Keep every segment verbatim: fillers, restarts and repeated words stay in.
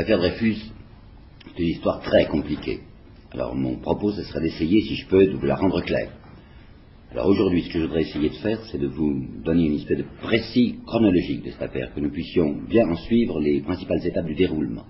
L'affaire Dreyfus, c'est une histoire très compliquée. Alors mon propos, ce serait d'essayer, si je peux, de vous la rendre claire. Alors aujourd'hui, ce que je voudrais essayer de faire, c'est de vous donner une espèce de précis chronologique de cette affaire, que nous puissions bien en suivre les principales étapes du déroulement.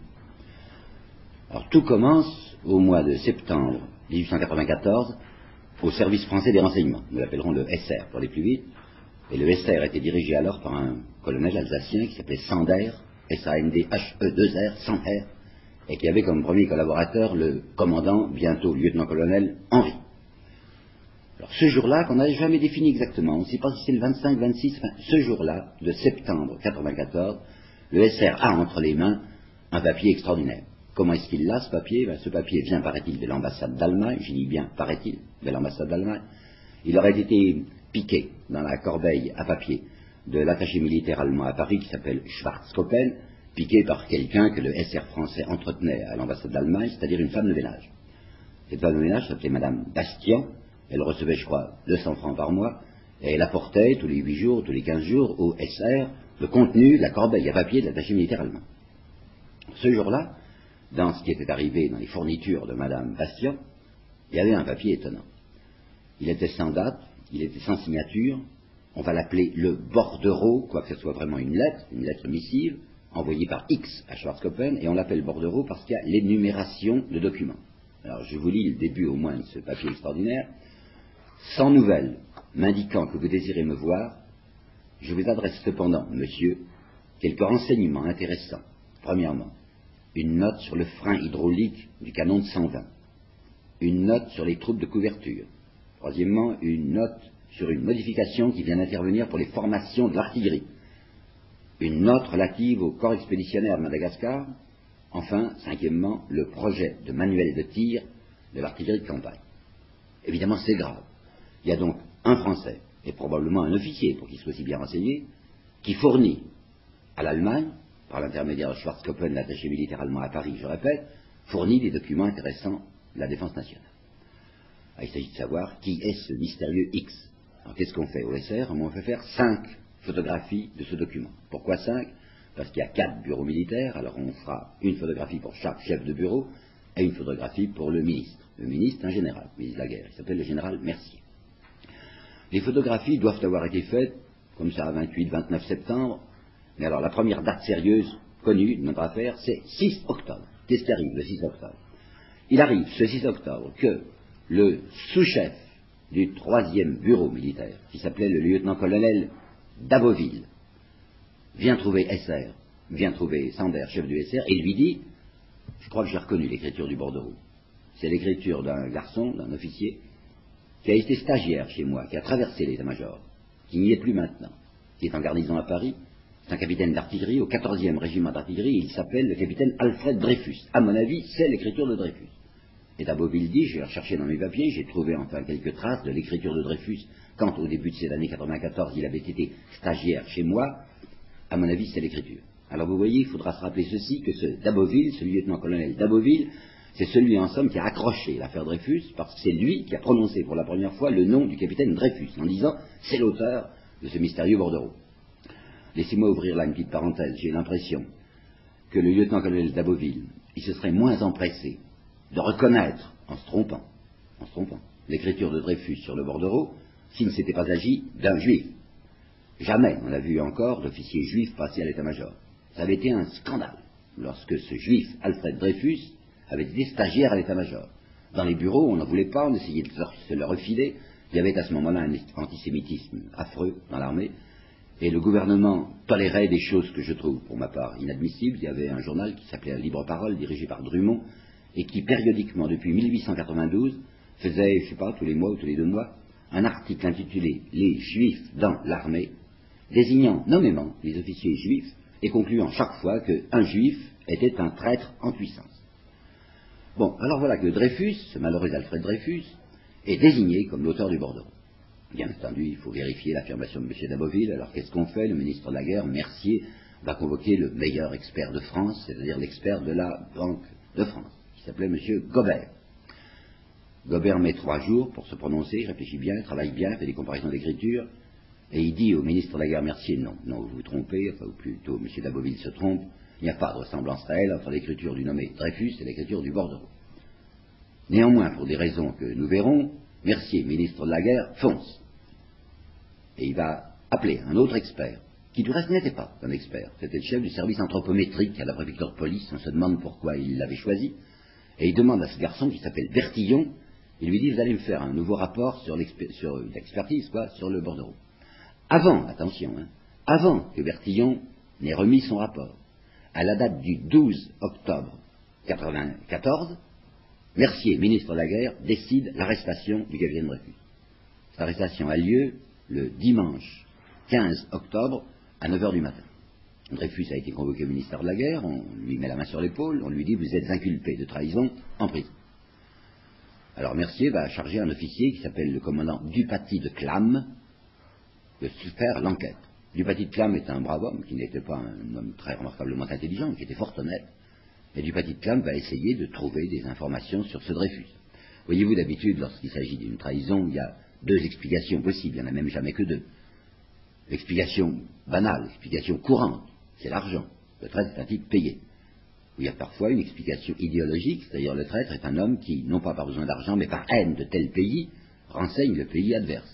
Alors tout commence au mois de septembre mille huit cent quatre-vingt-quatorze au service français des renseignements. Nous l'appellerons le S R pour aller plus vite. Et le S R était dirigé alors par un colonel alsacien qui s'appelait Sander, S A N D H E deux R, Sander, et qui avait comme premier collaborateur le commandant, bientôt lieutenant-colonel, Henri. Alors ce jour-là, qu'on n'avait jamais défini exactement, on ne sait pas si c'est le vingt-cinq, vingt-six, enfin, ce jour-là, de septembre quatre-vingt-quatorze, le S R a entre les mains un papier extraordinaire. Comment est-ce qu'il l'a, ce papier? Ben, ce papier vient, paraît-il, de l'ambassade d'Allemagne, je dis bien, paraît-il, de l'ambassade d'Allemagne. Il aurait été piqué dans la corbeille à papier de l'attaché militaire allemand à Paris qui s'appelle Schwarzkoppen, piqué par quelqu'un que le S R français entretenait à l'ambassade d'Allemagne, c'est-à-dire une femme de ménage. Cette femme de ménage s'appelait Madame Bastian, elle recevait, je crois, deux cents francs par mois, et elle apportait tous les huit jours, tous les quinze jours au S R le contenu de la corbeille à papier de l'attaché militaire allemand. Ce jour-là, dans ce qui était arrivé dans les fournitures de Madame Bastian, il y avait un papier étonnant. Il était sans date, il était sans signature, on va l'appeler le bordereau, quoique ce soit vraiment une lettre, une lettre missive, envoyée par X à Schwarzkoppen, et on l'appelle bordereau parce qu'il y a l'énumération de documents. Alors je vous lis le début au moins de ce papier extraordinaire. Sans nouvelles m'indiquant que vous désirez me voir, je vous adresse cependant, monsieur, quelques renseignements intéressants. Premièrement, une note sur le frein hydraulique du canon de cent vingt, une note sur les troupes de couverture, troisièmement, une note sur une modification qui vient d'intervenir pour les formations de l'artillerie, une note relative au corps expéditionnaire de Madagascar, enfin, cinquièmement, le projet de manuel de tir de l'artillerie de campagne. Évidemment, c'est grave. Il y a donc un Français, et probablement un officier, pour qu'il soit aussi bien renseigné, qui fournit à l'Allemagne, par l'intermédiaire de Schwarzkoppen, l'attaché militaire allemand à Paris, je répète, fournit des documents intéressants de la défense nationale. Alors, il s'agit de savoir qui est ce mystérieux X. Alors qu'est-ce qu'on fait au S R? On fait faire cinq photographies de ce document. Pourquoi cinq? Parce qu'il y a quatre bureaux militaires, alors on fera une photographie pour chaque chef de bureau et une photographie pour le ministre. Le ministre, un général, le ministre de la guerre, il s'appelle le général Mercier. Les photographies doivent avoir été faites, comme ça, vingt-huit, vingt-neuf septembre, mais alors la première date sérieuse connue de notre affaire, c'est six octobre. Qu'est-ce qui arrive le six octobre? Il arrive ce six octobre que le sous-chef du troisième bureau militaire, qui s'appelait le lieutenant-colonel Daboville, vient trouver S R, vient trouver Sander, chef du S R, et lui dit, je crois que j'ai reconnu l'écriture du bordereau. C'est l'écriture d'un garçon, d'un officier, qui a été stagiaire chez moi, qui a traversé l'état-major, qui n'y est plus maintenant, qui est en garnison à Paris. C'est un capitaine d'artillerie au quatorzième régiment d'artillerie, il s'appelle le capitaine Alfred Dreyfus. À mon avis, c'est l'écriture de Dreyfus. Et Daboville dit, j'ai recherché dans mes papiers, j'ai trouvé enfin quelques traces de l'écriture de Dreyfus, quand au début de ces années quatre-vingt-quatorze, il avait été stagiaire chez moi. À mon avis, c'est l'écriture. Alors vous voyez, il faudra se rappeler ceci, que ce Daboville, ce lieutenant-colonel Daboville, c'est celui en somme qui a accroché l'affaire Dreyfus, parce que c'est lui qui a prononcé pour la première fois le nom du capitaine Dreyfus, en disant, c'est l'auteur de ce mystérieux bordereau. Laissez-moi ouvrir là une petite parenthèse, j'ai l'impression que le lieutenant-colonel Daboville, il se serait moins empressé de reconnaître, en se trompant, en se trompant, l'écriture de Dreyfus sur le bordereau, s'il ne s'était pas agi d'un juif. Jamais on a vu encore d'officier juif passer à l'état-major. Ça avait été un scandale lorsque ce juif, Alfred Dreyfus, avait été stagiaire à l'état-major. Dans les bureaux, on n'en voulait pas, on essayait de se le refiler. Il y avait à ce moment-là un antisémitisme affreux dans l'armée, et le gouvernement tolérait des choses que je trouve, pour ma part, inadmissibles. Il y avait un journal qui s'appelait Libre Parole, dirigé par Drummond, et qui périodiquement, depuis mille huit cent quatre-vingt-douze, faisait, je ne sais pas, tous les mois ou tous les deux mois, un article intitulé « Les Juifs dans l'armée », désignant nommément les officiers juifs et concluant chaque fois qu'un juif était un traître en puissance. Bon, alors voilà que Dreyfus, ce malheureux Alfred Dreyfus, est désigné comme l'auteur du bordereau. Bien entendu, il faut vérifier l'affirmation de M. Daboville. Alors qu'est-ce qu'on fait? Le ministre de la Guerre, Mercier, va convoquer le meilleur expert de France, c'est-à-dire l'expert de la Banque de France, qui s'appelait M. Gobert. Gobert met trois jours pour se prononcer, il réfléchit bien, il travaille bien, fait des comparaisons d'écriture, et il dit au ministre de la Guerre Mercier, non, non, vous vous trompez, enfin, ou plutôt M. Daboville se trompe, Il n'y a pas de ressemblance réelle entre l'écriture du nommé Dreyfus et l'écriture du bordereau. Néanmoins, pour des raisons que nous verrons, Mercier, ministre de la guerre, fonce. Et il va appeler un autre expert, qui du reste n'était pas un expert, c'était le chef du service anthropométrique à la préfecture de police, on se demande pourquoi il l'avait choisi, et il demande à ce garçon qui s'appelle Bertillon, il lui dit, vous allez me faire un nouveau rapport sur l'expertise, quoi, sur le bordereau. Avant, attention, hein, avant que Bertillon n'ait remis son rapport, à la date du douze octobre mille neuf cent quatre-vingt-quatorze, Mercier, ministre de la guerre, décide l'arrestation du capitaine Dreyfus. Cette arrestation a lieu le dimanche quinze octobre à neuf heures du matin. Dreyfus a été convoqué au ministère de la guerre, on lui met la main sur l'épaule, on lui dit vous êtes inculpé de trahison en prison. Alors Mercier va charger un officier qui s'appelle le commandant Dupaty de Clam de faire l'enquête. Dupaty de Clam est un brave homme qui n'était pas un homme très remarquablement intelligent, qui était fort honnête. Et Dupaty de Clam va essayer de trouver des informations sur ce Dreyfus. Voyez-vous, d'habitude, lorsqu'il s'agit d'une trahison, il y a deux explications possibles, il n'y en a même jamais que deux. L'explication banale, l'explication courante, c'est l'argent. Le traître est un type payé. Il y a parfois une explication idéologique, c'est-à-dire le traître est un homme qui, non pas par besoin d'argent, mais par haine de tel pays, renseigne le pays adverse.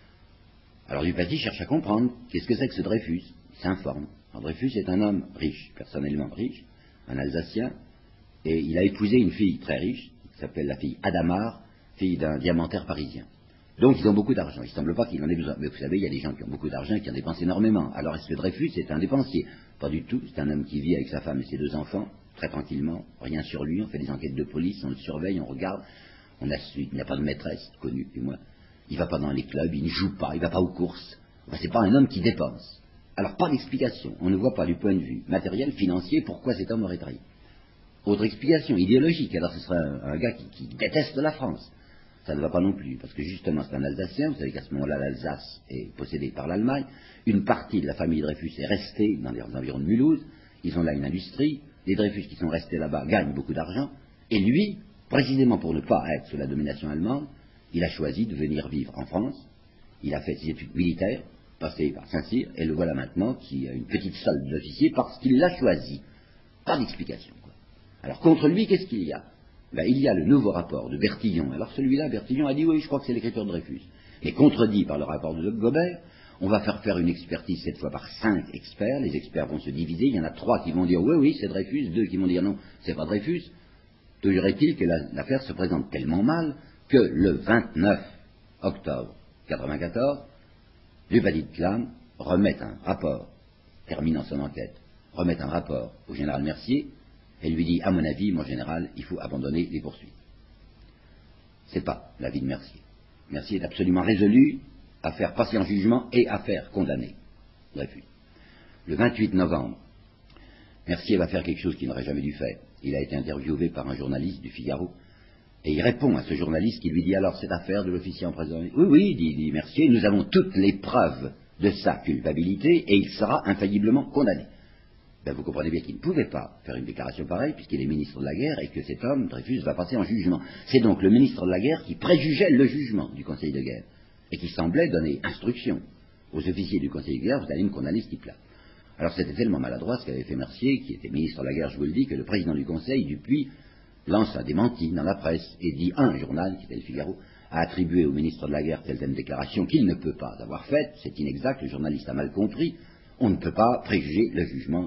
Alors Dupaty cherche à comprendre qu'est-ce que c'est que ce Dreyfus. Il s'informe. Alors Dreyfus est un homme riche, personnellement riche, un Alsacien, et il a épousé une fille très riche, qui s'appelle la fille Adamar, fille d'un diamantaire parisien. Donc ils ont beaucoup d'argent, il ne semble pas qu'il en ait besoin. Mais vous savez, il y a des gens qui ont beaucoup d'argent et qui en dépensent énormément. Alors est-ce que Dreyfus est un dépensier? Pas du tout, c'est un homme qui vit avec sa femme et ses deux enfants, très tranquillement, rien sur lui, on fait des enquêtes de police, on le surveille, on regarde, on a su, il n'y a pas de maîtresse, connue du moins. Il ne va pas dans les clubs, il ne joue pas, il ne va pas aux courses. Enfin, c'est pas un homme qui dépense. Alors pas d'explication, on ne voit pas du point de vue matériel, financier, pourquoi cet homme aurait trahi. Autre explication, idéologique, alors ce serait un, un gars qui, qui déteste la France. Ça ne va pas non plus, parce que justement c'est un Alsacien, vous savez qu'à ce moment-là l'Alsace est possédée par l'Allemagne, une partie de la famille Dreyfus est restée dans les environs de Mulhouse, ils ont là une industrie, les Dreyfus qui sont restés là-bas gagnent beaucoup d'argent, et lui, précisément pour ne pas être sous la domination allemande, il a choisi de venir vivre en France, il a fait ses études militaires, passé par Saint-Cyr, et le voilà maintenant qui a une petite solde d'officier parce qu'il l'a choisi. Pas d'explication, quoi. Alors contre lui, qu'est-ce qu'il y a? Ben, il y a le nouveau rapport de Bertillon. Alors celui-là, Bertillon a dit oui, je crois que c'est l'écriture de Dreyfus. Et contredit par le rapport de Gobert, on va faire faire une expertise cette fois par cinq experts. Les experts vont se diviser. Il y en a trois qui vont dire oui, oui, c'est Dreyfus, deux qui vont dire non, c'est pas Dreyfus. Toujours est-il que l'affaire se présente tellement mal que le vingt-neuf octobre quatre-vingt-quatorze, Dupaty de Clam remet un rapport, terminant son enquête, remet un rapport au général Mercier, et lui dit, à mon avis, mon général, il faut abandonner les poursuites. C'est pas l'avis de Mercier. Mercier est absolument résolu à faire passer en jugement et à faire condamner Dreyfus. Le vingt-huit novembre, Mercier va faire quelque chose qu'il n'aurait jamais dû faire. Il a été interviewé par un journaliste du Figaro, et il répond à ce journaliste qui lui dit, alors cette affaire de l'officier emprisonné. Oui, oui, dit, dit Mercier, nous avons toutes les preuves de sa culpabilité, et il sera infailliblement condamné. Ben, vous comprenez bien qu'il ne pouvait pas faire une déclaration pareille puisqu'il est ministre de la guerre et que cet homme, Dreyfus, va passer en jugement. C'est donc le ministre de la guerre qui préjugeait le jugement du Conseil de guerre et qui semblait donner instruction aux officiers du Conseil de guerre, vous allez me condamner ce type-là. Alors c'était tellement maladroit ce qu'avait fait Mercier, qui était ministre de la guerre, je vous le dis, que le président du Conseil, Dupuis, lance un démenti dans la presse et dit un journal, qui était le Figaro, a attribué au ministre de la guerre telle telle déclaration qu'il ne peut pas avoir faite, c'est inexact, le journaliste a mal compris, on ne peut pas préjuger le jugement.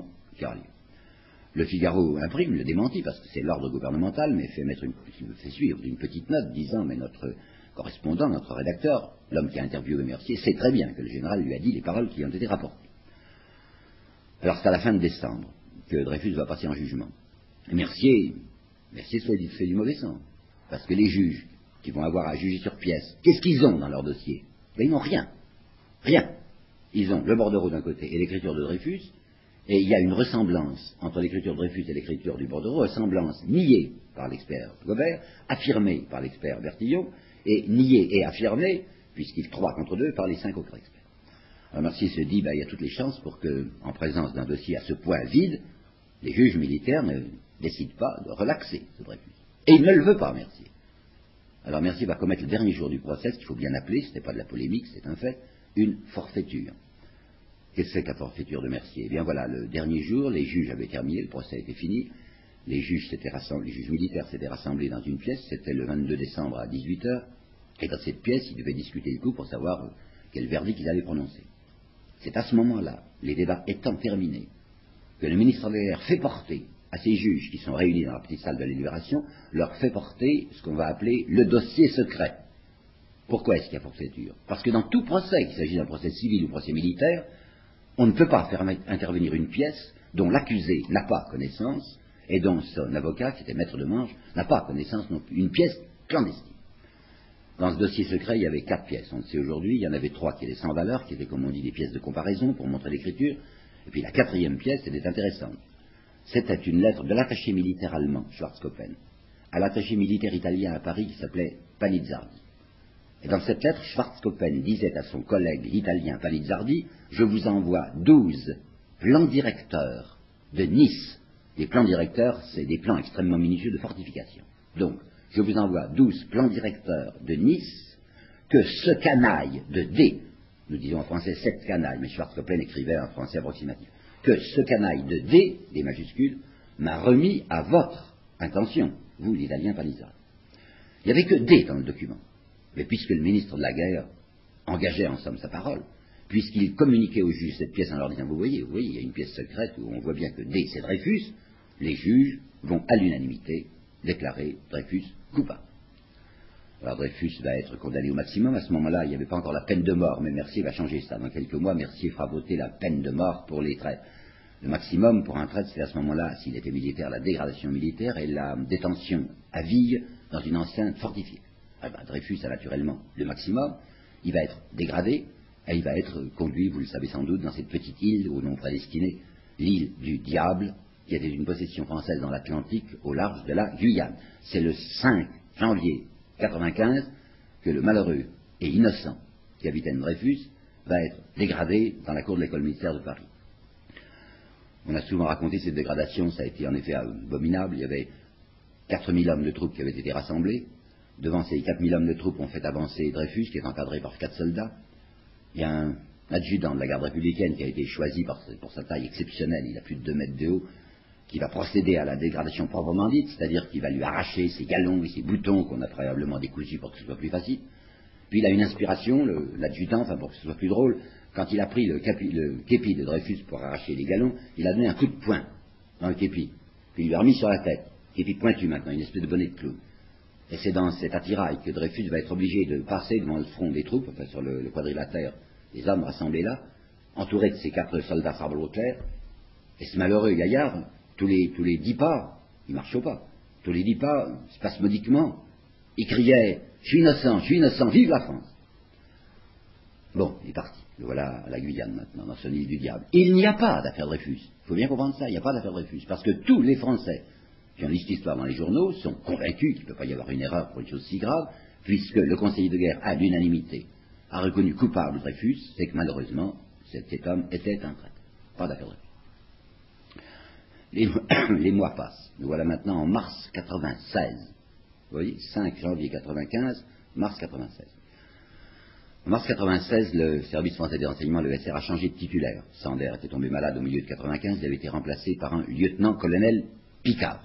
Le Figaro imprime le démenti parce que c'est l'ordre gouvernemental, mais fait mettre une, fait suivre une petite note disant mais notre correspondant, notre rédacteur, l'homme qui a interviewé Mercier, sait très bien que le général lui a dit les paroles qui ont été rapportées. Alors c'est à la fin de décembre que Dreyfus va passer en jugement. Et Mercier, Mercier fait du mauvais sang, parce que les juges qui vont avoir à juger sur pièce, qu'est-ce qu'ils ont dans leur dossier? Ben, ils n'ont rien, rien. Ils ont le bordereau d'un côté et l'écriture de Dreyfus. Et il y a une ressemblance entre l'écriture de Dreyfus et l'écriture du bordereau, ressemblance niée par l'expert Gobert, affirmée par l'expert Bertillon, et niée et affirmée, puisqu'il croit contre deux, par les cinq autres experts. Alors Mercier se dit, ben, il y a toutes les chances pour que, en présence d'un dossier à ce point vide, les juges militaires ne décident pas de relaxer ce Dreyfus. Et il ne le veut pas, Mercier. Alors Mercier va commettre le dernier jour du procès, ce qu'il faut bien appeler, ce n'est pas de la polémique, c'est un fait, une forfaiture. Qu'est-ce que c'est que la forfaiture de Mercier? Eh bien voilà, le dernier jour, les juges avaient terminé, le procès était fini, les juges s'étaient rassemblés, les juges militaires s'étaient rassemblés dans une pièce, c'était le vingt-deux décembre à dix-huit heures, et dans cette pièce, ils devaient discuter le coup pour savoir quel verdict ils allaient prononcer. C'est à ce moment-là, les débats étant terminés, que le ministre de la Guerre fait porter à ces juges qui sont réunis dans la petite salle de la Libération, leur fait porter ce qu'on va appeler le dossier secret. Pourquoi est-ce qu'il y a forfaiture? Parce que dans tout procès, qu'il s'agisse d'un procès civil ou procès militaire, on ne peut pas faire intervenir une pièce dont l'accusé n'a pas connaissance et dont son avocat, qui était maître de manche, n'a pas connaissance non plus. Une pièce clandestine. Dans ce dossier secret, il y avait quatre pièces. On le sait aujourd'hui, il y en avait trois qui étaient sans valeur, qui étaient, comme on dit, des pièces de comparaison pour montrer l'écriture. Et puis la quatrième pièce, elle est intéressante. C'était une lettre de l'attaché militaire allemand, Schwarzkoppen, à l'attaché militaire italien à Paris qui s'appelait Panizzardi. Et dans cette lettre, Schwarzkoppen disait à son collègue italien Panizzardi, je vous envoie douze plans directeurs de Nice. Les plans directeurs, c'est des plans extrêmement minutieux de fortification. Donc, je vous envoie douze plans directeurs de Nice que ce canaille de D, nous disons en français cette canaille, mais Schwarzkoppen écrivait en français approximatif, que ce canaille de D, des majuscules, m'a remis à votre intention, vous l'italien Panizzardi. Il n'y avait que D dans le document. Mais puisque le ministre de la Guerre engageait en somme sa parole, puisqu'il communiquait aux juges cette pièce en leur disant, vous voyez, vous voyez, il y a une pièce secrète où on voit bien que D c'est Dreyfus, les juges vont à l'unanimité déclarer Dreyfus coupable. Alors Dreyfus va être condamné au maximum. À ce moment-là, il n'y avait pas encore la peine de mort, mais Mercier va changer ça. Dans quelques mois, Mercier fera voter la peine de mort pour les traîtres. Le maximum pour un traître, c'est à ce moment-là, s'il était militaire, la dégradation militaire et la détention à vie dans une enceinte fortifiée. Ah ben, Dreyfus a naturellement le maximum, il va être dégradé, et il va être conduit, vous le savez sans doute, dans cette petite île au nom prédestiné, l'île du Diable, qui était une possession française dans l'Atlantique au large de la Guyane. C'est le cinq janvier quatre-vingt-quinze que le malheureux et innocent capitaine Dreyfus va être dégradé dans la cour de l'école militaire de Paris. On a souvent raconté cette dégradation, ça a été en effet abominable. Il y avait quatre mille hommes de troupes qui avaient été rassemblés. Devant ces quatre mille hommes de troupes, on fait avancer Dreyfus, qui est encadré par quatre soldats. Il y a un adjudant de la garde républicaine qui a été choisi par, pour sa taille exceptionnelle, il a plus de deux mètres de haut, qui va procéder à la dégradation proprement dite, c'est-à-dire qu'il va lui arracher ses galons et ses boutons qu'on a préalablement décousus pour que ce soit plus facile. Puis il a une inspiration, l'adjudant, enfin pour que ce soit plus drôle, quand il a pris le, capi, le képi de Dreyfus pour arracher les galons, il a donné un coup de poing dans le képi, puis il lui a remis sur la tête, képi pointu maintenant, une espèce de bonnet de clown. Et c'est dans cet attirail que Dreyfus va être obligé de passer devant le front des troupes, enfin sur le, le quadrilatère des hommes rassemblés là, entouré de ces quatre soldats sabre au clair, et ce malheureux gaillard, tous les, tous les dix pas, il marche au pas, tous les dix pas, spasmodiquement, il criait « Je suis innocent, je suis innocent, vive la France !» Bon, il est parti, le voilà à la Guyane maintenant, dans son île du Diable. Il n'y a pas d'affaire Dreyfus, il faut bien comprendre ça, il n'y a pas d'affaire Dreyfus, parce que tous les Français qui ont lu cette histoire dans les journaux sont convaincus qu'il ne peut pas y avoir une erreur pour une chose si grave, puisque le conseiller de guerre, à l'unanimité, a reconnu coupable Dreyfus, c'est que malheureusement, cet, cet homme était un traître. Pas d'affaire Dreyfus. Les, les mois passent. Nous voilà maintenant en mars quatre-vingt-seize. Vous voyez, cinq janvier quatre-vingt-quinze, mars quatre-vingt-seize. En mars quatre-vingt-seize, le service français des renseignements, le S R, a changé de titulaire. Sander était tombé malade au milieu de quatre-vingt-quinze, il avait été remplacé par un lieutenant-colonel Picard.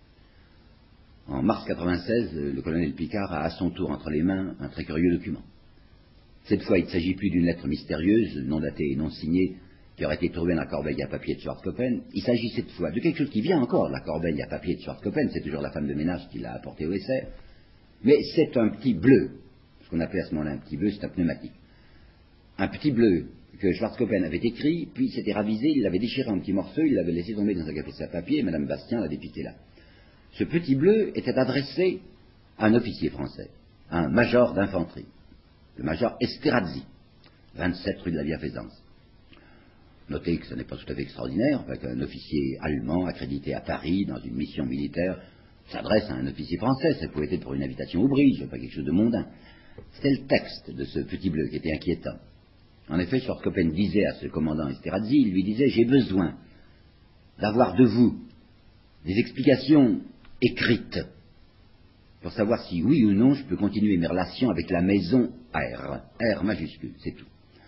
En mars quatre-vingt-seize, le colonel Picard a à son tour entre les mains un très curieux document. Cette fois, il ne s'agit plus d'une lettre mystérieuse, non datée et non signée, qui aurait été trouvée dans la corbeille à papier de Schwarzkoppen. Il s'agit cette fois de quelque chose qui vient encore de la corbeille à papier de Schwarzkoppen, c'est toujours la femme de ménage qui l'a apporté au S R, mais c'est un petit bleu, ce qu'on appelait à ce moment-là un petit bleu, c'est un pneumatique. Un petit bleu que Schwarzkoppen avait écrit, puis s'était ravisé, il l'avait déchiré en petits morceaux, il l'avait laissé tomber dans un café à papier, et Mme Bastien l'avait piqué là. Ce petit bleu était adressé à un officier français, à un major d'infanterie, le major Esterhazy, vingt-sept rue de la Bienfaisance. Notez que ce n'est pas tout à fait extraordinaire, enfin, qu'un officier allemand accrédité à Paris dans une mission militaire s'adresse à un officier français, ça pouvait être pour une invitation au bridge, pas quelque chose de mondain. C'était le texte de ce petit bleu qui était inquiétant. En effet, Schwarzkoppen disait à ce commandant Esterhazy, il lui disait « J'ai besoin d'avoir de vous des explications écrites pour savoir si oui ou non je peux continuer mes relations avec la maison R, R majuscule, c'est tout. »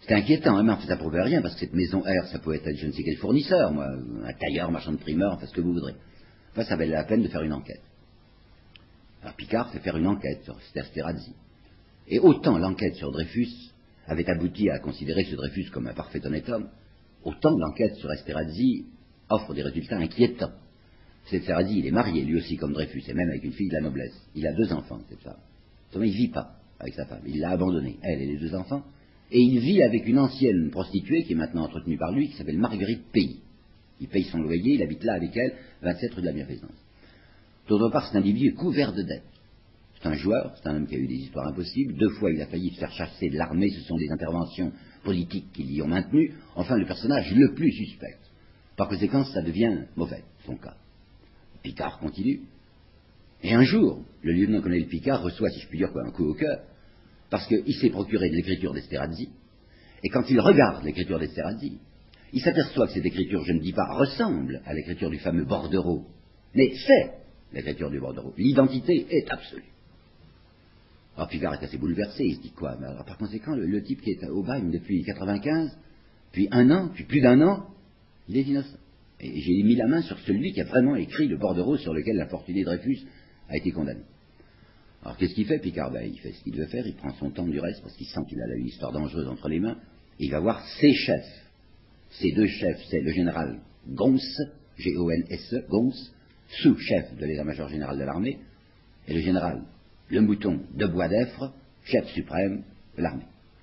C'était inquiétant, hein, mais enfin, ça prouvait rien, parce que cette maison R, ça pouvait être je ne sais quel fournisseur, moi, un tailleur, marchand de primeur, enfin ce que vous voudrez. Enfin, ça valait la peine de faire une enquête. Alors Picard fait faire une enquête sur Esterhazy. Et autant l'enquête sur Dreyfus avait abouti à considérer ce Dreyfus comme un parfait honnête homme, autant l'enquête sur Esterhazy offre des résultats inquiétants. Esterhazy, il est marié, lui aussi, comme Dreyfus, et même avec une fille de la noblesse. Il a deux enfants, cette femme. Il ne vit pas avec sa femme. Il l'a abandonnée, elle et les deux enfants. Et il vit avec une ancienne prostituée, qui est maintenant entretenue par lui, qui s'appelle Marguerite Pays. Il paye son loyer, il habite là avec elle, vingt-sept rue de la Bienfaisance. D'autre part, c'est un individu couvert de dettes. C'est un joueur, c'est un homme qui a eu des histoires impossibles. Deux fois, il a failli se faire chasser de l'armée. Ce sont des interventions politiques qui l'y ont maintenu. Enfin, le personnage le plus suspect. Par conséquent, ça devient mauvais, son cas. Picard continue. Et un jour, le lieutenant-colonel Picard reçoit, si je puis dire, quoi, un coup au cœur, parce qu'il s'est procuré de l'écriture d'Esterhazy. Et quand il regarde l'écriture d'Esterhazy, il s'aperçoit que cette écriture, je ne dis pas, ressemble à l'écriture du fameux bordereau, mais c'est l'écriture du bordereau. L'identité est absolue. Alors Picard est assez bouleversé, il se dit quoi? Alors, par conséquent, le, le type qui est au bagne depuis quatre-vingt-quinze, puis un an, puis plus d'un an, il est innocent. Et j'ai mis la main sur celui qui a vraiment écrit le bordereau sur lequel l'infortuné Dreyfus a été condamné. Alors qu'est-ce qu'il fait, Picard? Ben, il fait ce qu'il veut faire, il prend son temps du reste, parce qu'il sent qu'il a une histoire dangereuse entre les mains, et il va voir ses chefs. Ces deux chefs, c'est le général Gons, G O N S E, Gons, sous-chef de l'état-major général de l'armée, et le général Le Mouton de Boisdeffre, chef suprême de l'armée.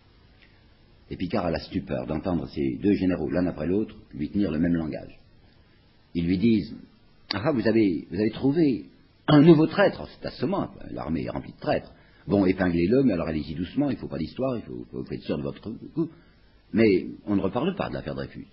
Et Picard a la stupeur d'entendre ces deux généraux, l'un après l'autre, lui tenir le même langage. Ils lui disent « Ah, vous avez, vous avez trouvé un nouveau traître !» C'est assommant, l'armée est remplie de traîtres. Bon, épinglez-le, mais alors allez-y doucement, il ne faut pas d'histoire, il faut, faut, faut être sûr de votre coup. Mais on ne reparle pas de l'affaire Dreyfus.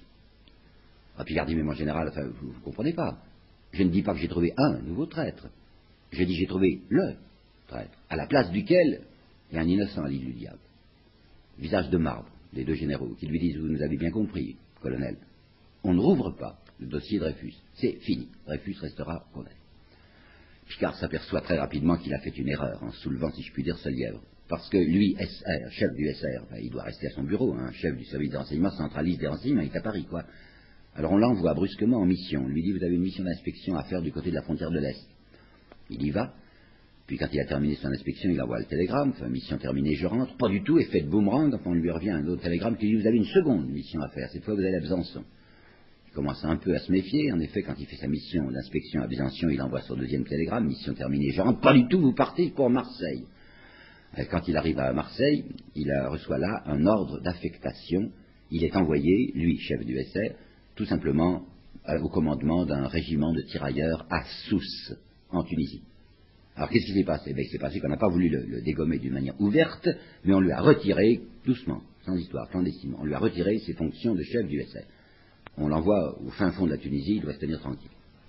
Ah, Picard dit « Mais mon général, enfin, vous ne comprenez pas. Je ne dis pas que j'ai trouvé un nouveau traître. Je dis j'ai trouvé le traître, à la place duquel il y a un innocent à l'île du diable. » Visage de marbre, les deux généraux, qui lui disent « Vous nous avez bien compris, colonel. On ne rouvre pas le dossier Dreyfus. C'est fini. Dreyfus restera condamné. » Picard s'aperçoit très rapidement qu'il a fait une erreur en soulevant, si je puis dire, ce lièvre. Parce que lui, S R, chef du S R, ben, il doit rester à son bureau, hein, chef du service de renseignement, centraliste des renseignements, il est à Paris, quoi. Alors on l'envoie brusquement en mission. On lui dit, vous avez une mission d'inspection à faire du côté de la frontière de l'Est. Il y va. Puis quand il a terminé son inspection, il envoie le télégramme. Enfin, mission terminée, je rentre. Pas du tout, effet de boomerang. Enfin, on lui revient un autre télégramme qui dit, vous avez une seconde mission à faire. Cette fois, vous allez à Besançon. Il commence un peu à se méfier. En effet, quand il fait sa mission d'inspection à Besançon, il envoie son deuxième télégramme. Mission terminée, je rentre. Pas du tout, vous partez pour Marseille. Et quand il arrive à Marseille, il reçoit là un ordre d'affectation. Il est envoyé, lui, chef du S R, tout simplement au commandement d'un régiment de tirailleurs à Sousse, en Tunisie. Alors qu'est-ce qui s'est passé? Ben, il s'est passé qu'on n'a pas voulu le, le dégommer d'une manière ouverte, mais on lui a retiré, doucement, sans histoire, clandestinement, on lui a retiré ses fonctions de chef du S R. On l'envoie au fin fond de la Tunisie, il doit se tenir tranquille.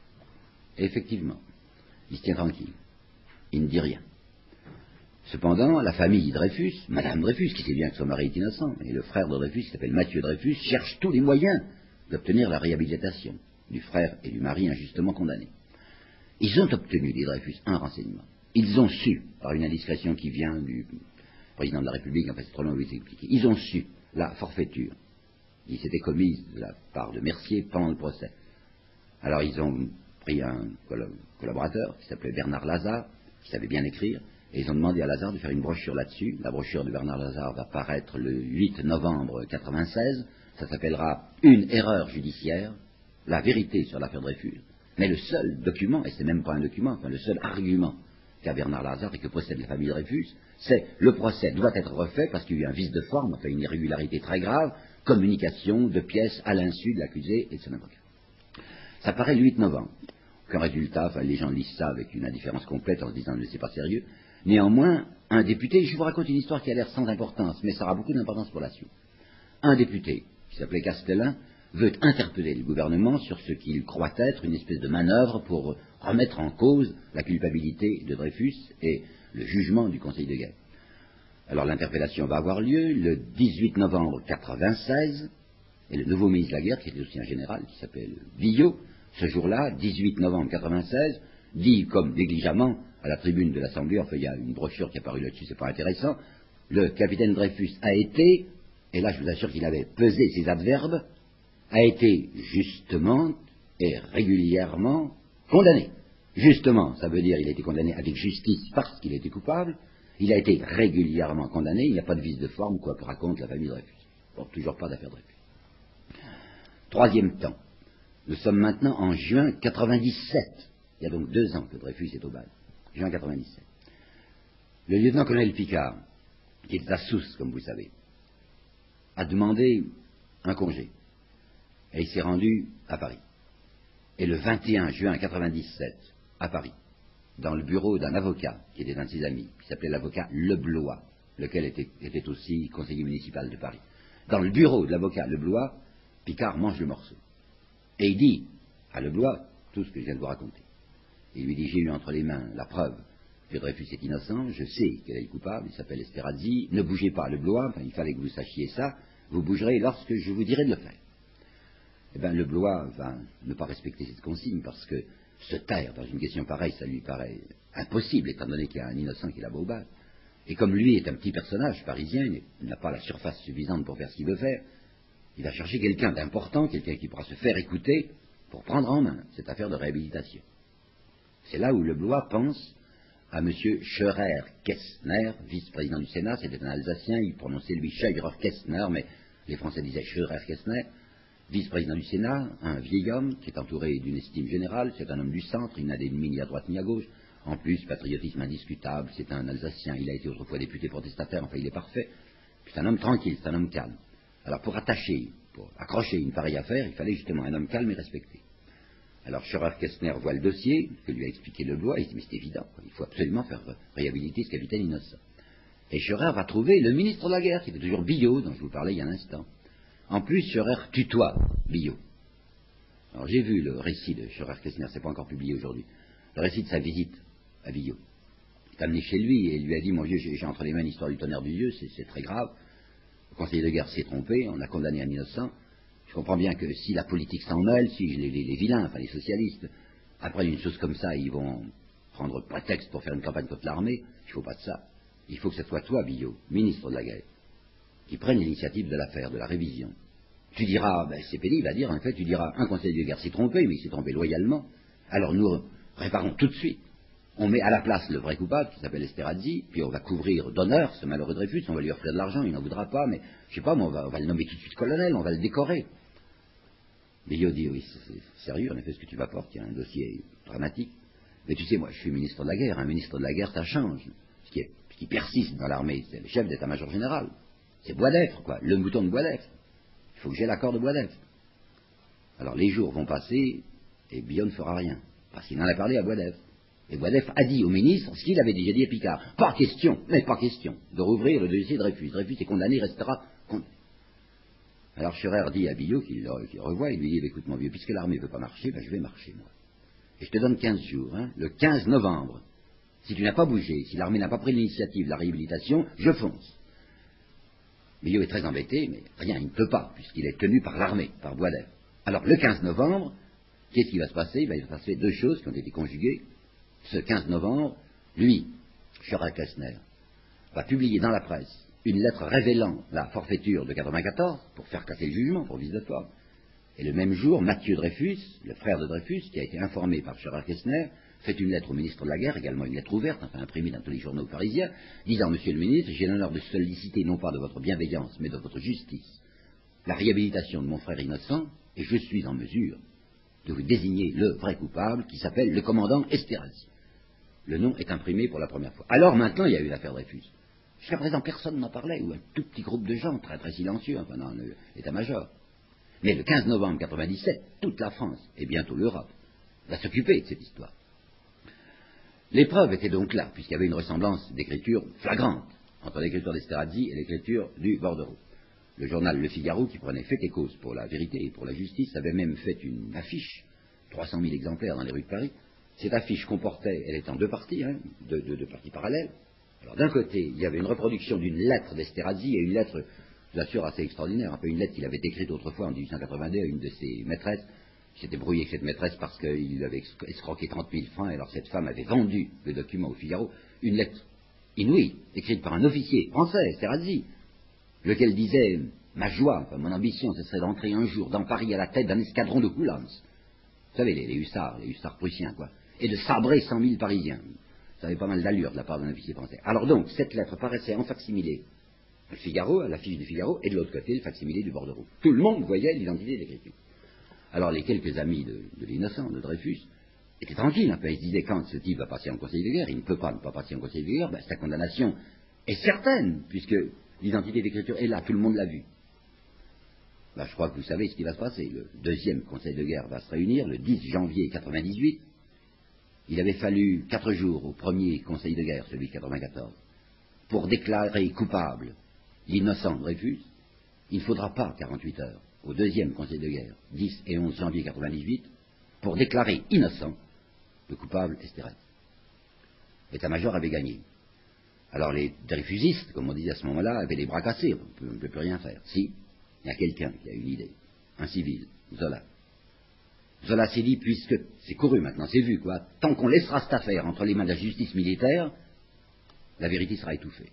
Et effectivement, il se tient tranquille. Il ne dit rien. Cependant, la famille Dreyfus, Madame Dreyfus, qui sait bien que son mari est innocent, et le frère de Dreyfus, qui s'appelle Mathieu Dreyfus, cherche tous les moyens d'obtenir la réhabilitation du frère et du mari injustement condamnés. Ils ont obtenu, dit Dreyfus, un renseignement. Ils ont su, par une indiscrétion qui vient du président de la République, enfin c'est trop long de vous expliquer, ils ont su la forfaiture qui s'était commise de la part de Mercier pendant le procès. Alors ils ont pris un collaborateur qui s'appelait Bernard Lazare, qui savait bien écrire, et ils ont demandé à Lazare de faire une brochure là-dessus. La brochure de Bernard Lazare va paraître le huit novembre quatre-vingt-seize. Ça s'appellera « Une erreur judiciaire, la vérité sur l'affaire Dreyfus ». Mais le seul document, et c'est même pas un document, enfin le seul argument qu'a Bernard Lazare et que possède la famille Dreyfus, c'est le procès doit être refait parce qu'il y a eu un vice de forme, enfin une irrégularité très grave, communication de pièces à l'insu de l'accusé et de son avocat. Ça paraît le huit novembre. Aucun résultat, enfin les gens lisent ça avec une indifférence complète en se disant « mais c'est pas sérieux ». Néanmoins, un député, je vous raconte une histoire qui a l'air sans importance, mais ça aura beaucoup d'importance pour la suite. Un député, qui s'appelait Castellin, veut interpeller le gouvernement sur ce qu'il croit être une espèce de manœuvre pour remettre en cause la culpabilité de Dreyfus et le jugement du Conseil de guerre. Alors l'interpellation va avoir lieu le dix-huit novembre quatre-vingt-seize, et le nouveau ministre de la guerre, qui était aussi un général, qui s'appelle Villot, ce jour-là, dix-huit novembre quatre-vingt-seize, dit comme négligemment à la tribune de l'Assemblée, enfin il y a une brochure qui est apparue là-dessus, c'est pas intéressant, le capitaine Dreyfus a été et là je vous assure qu'il avait pesé ses adverbes, a été justement et régulièrement condamné. Justement, ça veut dire qu'il a été condamné avec justice parce qu'il était coupable. Il a été régulièrement condamné. Il n'y a pas de vice de forme, quoi que raconte la famille Dreyfus. Bon, toujours pas d'affaire Dreyfus. Troisième temps. Nous sommes maintenant en juin quatre-vingt-dix-sept. Il y a donc deux ans que Dreyfus est au bal. Juin quatre-vingt-dix-sept. Le lieutenant-colonel Picard, qui est à Sousse, comme vous savez, a demandé un congé. Et il s'est rendu à Paris. Et le vingt et un juin quatre-vingt-dix-sept, à Paris, dans le bureau d'un avocat, qui était un de ses amis, qui s'appelait l'avocat Leblois, lequel était, était aussi conseiller municipal de Paris. Dans le bureau de l'avocat Leblois, Picard mange le morceau. Et il dit à Leblois tout ce que je viens de vous raconter. Il lui dit, j'ai eu entre les mains la preuve que Dreyfus est innocent, je sais qu'elle est coupable, il s'appelle Esterhazy, ne bougez pas Leblois, enfin, il fallait que vous sachiez ça, vous bougerez lorsque je vous dirai de le faire. Eh bien, Leblois va ne pas respecter cette consigne parce que se taire dans une question pareille, ça lui paraît impossible, étant donné qu'il y a un innocent qui est là-bas au bal. Et comme lui est un petit personnage parisien, il n'a pas la surface suffisante pour faire ce qu'il veut faire, il va chercher quelqu'un d'important, quelqu'un qui pourra se faire écouter pour prendre en main cette affaire de réhabilitation. C'est là où Leblois pense à M. Scheurer-Kestner, vice-président du Sénat, c'était un Alsacien, il prononçait lui Scheurer-Kestner, mais les Français disaient Scheurer-Kestner, vice-président du Sénat, un vieil homme qui est entouré d'une estime générale, c'est un homme du centre, il n'a d'ennemis ni à droite ni à gauche, en plus, patriotisme indiscutable, c'est un Alsacien, il a été autrefois député protestataire, enfin il est parfait, c'est un homme tranquille, c'est un homme calme. Alors pour attacher, pour accrocher une pareille affaire, il fallait justement un homme calme et respecté. Alors Scheurer-Kestner voit le dossier, que lui a expliqué Leblois, il dit mais c'est évident, il faut absolument faire réhabiliter ce capitaine innocent. Et Scheurer va trouver le ministre de la guerre, qui était toujours Billot, dont je vous parlais il y a un instant. En plus, Scheurer tutoie Billot. Alors j'ai vu le récit de Scheurer-Kestner, c'est pas encore publié aujourd'hui, le récit de sa visite à Billot. Il est amené chez lui et il lui a dit, mon vieux, j'ai entre les mains l'histoire du tonnerre du Dieu, c'est très grave. Le conseiller de guerre s'est trompé, on a condamné un innocent. Je comprends bien que si la politique s'en mêle, si les, les, les vilains, enfin les socialistes, après une chose comme ça, ils vont prendre prétexte pour faire une campagne contre l'armée, il ne faut pas de ça. Il faut que ce soit toi, Billot, ministre de la guerre, qui prenne l'initiative de l'affaire, de la révision. Tu diras, ben, c'est pénible à dire, en fait, tu diras, un conseiller de guerre s'est trompé, mais il s'est trompé loyalement, alors nous réparons tout de suite. On met à la place le vrai coupable, qui s'appelle Esterhazy, puis on va couvrir d'honneur ce malheureux Dreyfus, on va lui offrir de l'argent, il n'en voudra pas, mais je sais pas, mais on va, on va le nommer tout de suite colonel, on va le décorer. Billot dit, oui, c'est sérieux, en effet, ce que tu m'apportes, il y a un dossier dramatique. Mais tu sais, moi, je suis ministre de la guerre, un ministre de la guerre, ça change. Ce qui, est, ce qui persiste dans l'armée, c'est le chef d'état-major général. C'est Boisdeffre, quoi, le mouton de Boisdeffre. Il faut que j'ai l'accord de Boisdeffre. Alors les jours vont passer, et Billot ne fera rien, parce qu'il en a parlé à Boisdeffre. Et Boisdeffre a dit au ministre ce qu'il avait déjà dit à Picard. Pas question, mais pas question, de rouvrir le dossier de Dreyfus. Dreyfus est condamné, il restera condamné. Alors Scheurer dit à Billot, qu'il qu revoit, il lui dit, écoute mon vieux, puisque l'armée ne veut pas marcher, ben, je vais marcher moi. Et je te donne quinze jours, hein, le quinze novembre. Si tu n'as pas bougé, si l'armée n'a pas pris l'initiative de la réhabilitation, je fonce. Billot est très embêté, mais rien, il ne peut pas, puisqu'il est tenu par l'armée, par Boisdeffre. Alors le quinze novembre, qu'est-ce qui va se passer? Ben, il va se passer deux choses qui ont été conjuguées. Ce quinze novembre, lui, Scheurer-Kestner, va publier dans la presse une lettre révélant la forfaiture de quatre-vingt-quatorze pour faire casser le jugement, pour vice de forme. Et le même jour, Mathieu Dreyfus, le frère de Dreyfus, qui a été informé par Scheurer-Kestner, fait une lettre au ministre de la Guerre, également une lettre ouverte, enfin imprimée dans tous les journaux parisiens, disant, Monsieur le ministre, j'ai l'honneur de solliciter non pas de votre bienveillance, mais de votre justice, la réhabilitation de mon frère innocent, et je suis en mesure de vous désigner le vrai coupable, qui s'appelle le commandant Esterhazy. Le nom est imprimé pour la première fois. Alors maintenant, il y a eu l'affaire Dreyfus. Jusqu'à présent, personne n'en parlait, ou un tout petit groupe de gens, très très silencieux, enfin dans l'état-major. Mais le quinze novembre quatre-vingt-dix-sept, toute la France, et bientôt l'Europe, va s'occuper de cette histoire. L'épreuve était donc là, puisqu'il y avait une ressemblance d'écriture flagrante entre l'écriture d'Esterhazy et l'écriture du Bordereau. Le journal Le Figaro, qui prenait fait et cause pour la vérité et pour la justice, avait même fait une affiche, trois cent mille exemplaires dans les rues de Paris. Cette affiche comportait, elle était en deux parties, hein, deux, deux, deux parties parallèles. Alors d'un côté, il y avait une reproduction d'une lettre d'Esterhazy et une lettre, je vous assure, assez extraordinaire, un peu une lettre qu'il avait écrite autrefois en dix-huit cent quatre-vingt-deux à une de ses maîtresses. Il s'était brouillé avec cette maîtresse parce qu'il lui avait escroqué trente mille francs, et alors cette femme avait vendu le document au Figaro, une lettre inouïe, écrite par un officier français, Esterhazy, lequel disait, Ma joie, enfin mon ambition, ce serait d'entrer un jour dans Paris à la tête d'un escadron de Uhlans. Vous savez, les, les hussards, les hussards prussiens, quoi. Et de sabrer cent mille Parisiens. Ça avait pas mal d'allure de la part d'un officier français. Alors donc, cette lettre paraissait en facsimilé le Figaro, à l'affiche du Figaro, et de l'autre côté, le facsimilé du bordereau. Tout le monde voyait l'identité de l'écriture. Alors les quelques amis de, de l'innocent, de Dreyfus, étaient tranquilles un peu. Ils se disaient, quand ce type va passer en conseil de guerre, il ne peut pas ne pas passer en conseil de guerre, ben, sa condamnation est certaine, puisque l'identité d'écriture est là, tout le monde l'a vu. Ben, je crois que vous savez ce qui va se passer. Le deuxième conseil de guerre va se réunir le dix janvier quatre-vingt-dix-huit. Il avait fallu quatre jours au premier conseil de guerre, celui de quatre-vingt-quatorze, pour déclarer coupable l'innocent Dreyfus. Il ne faudra pas quarante-huit heures au deuxième conseil de guerre, dix et onze janvier quatre-vingt-dix-huit, pour déclarer innocent le coupable Estérès. L'état-major avait gagné. Alors les Dreyfusistes, comme on disait à ce moment-là, avaient les bras cassés, on ne peut plus rien faire. Si, il y a quelqu'un qui a une idée, un civil, Zola. Zola s'est dit, puisque c'est couru maintenant, c'est vu, quoi, tant qu'on laissera cette affaire entre les mains de la justice militaire, la vérité sera étouffée.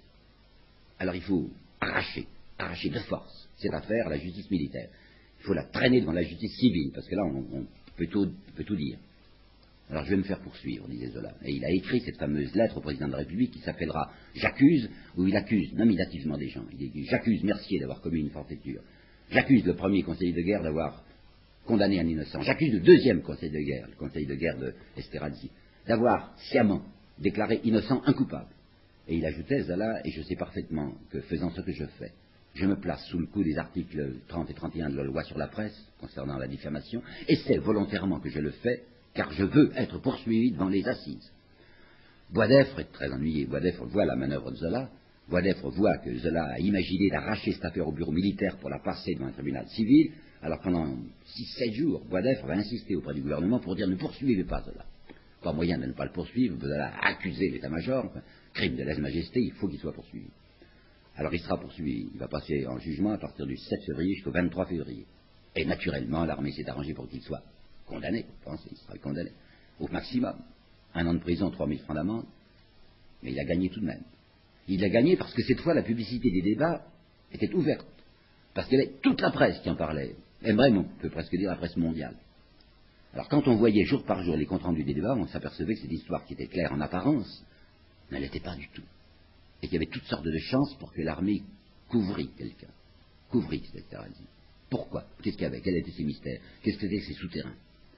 Alors il faut arracher, arracher de force cette affaire à la justice militaire. Il faut la traîner devant la justice civile, parce que là, on, on peut, tout, on peut tout dire. Alors je vais me faire poursuivre, disait Zola. Et il a écrit cette fameuse lettre au président de la République qui s'appellera « J'accuse », où il accuse nominativement des gens. Il dit « J'accuse Mercier d'avoir commis une forfaiture. J'accuse le premier conseiller de guerre d'avoir condamné un innocent. J'accuse le deuxième conseil de guerre, le conseil de guerre de Esterhazy, d'avoir sciemment déclaré innocent un coupable. » Et il ajoutait, Zola, et je sais parfaitement que faisant ce que je fais, je me place sous le coup des articles trente et trente et un de la loi sur la presse concernant la diffamation, et c'est volontairement que je le fais, car je veux être poursuivi devant les assises. Boisdeffre est très ennuyé. Boisdeffre voit la manœuvre de Zola. Boisdeffre voit que Zola a imaginé d'arracher cette affaire au bureau militaire pour la passer devant un tribunal civil. Alors pendant six sept jours, Boisdeffre va insister auprès du gouvernement pour dire ne poursuivez pas Zola. Pas moyen de ne pas le poursuivre. Zola a accusé l'état-major, enfin, crime de lèse-majesté, il faut qu'il soit poursuivi. Alors il sera poursuivi. Il va passer en jugement à partir du sept février jusqu'au vingt-trois février. Et naturellement, l'armée s'est arrangée pour qu'il soit condamné, vous pensez, il sera condamné, au maximum. Un an de prison, trois mille francs d'amende, mais il a gagné tout de même. Il a gagné parce que cette fois, la publicité des débats était ouverte. Parce qu'il y avait toute la presse qui en parlait, et vraiment, on peut presque dire la presse mondiale. Alors quand on voyait jour par jour les comptes rendus des débats, on s'apercevait que cette histoire qui était claire en apparence, ne l'était pas du tout. Et qu'il y avait toutes sortes de chances pour que l'armée couvrît quelqu'un. Couvrît, et cetera. Pourquoi? Qu'est-ce qu'il y avait? Quels étaient ces mystères? Qu'est-ce que c'était ces souterrains?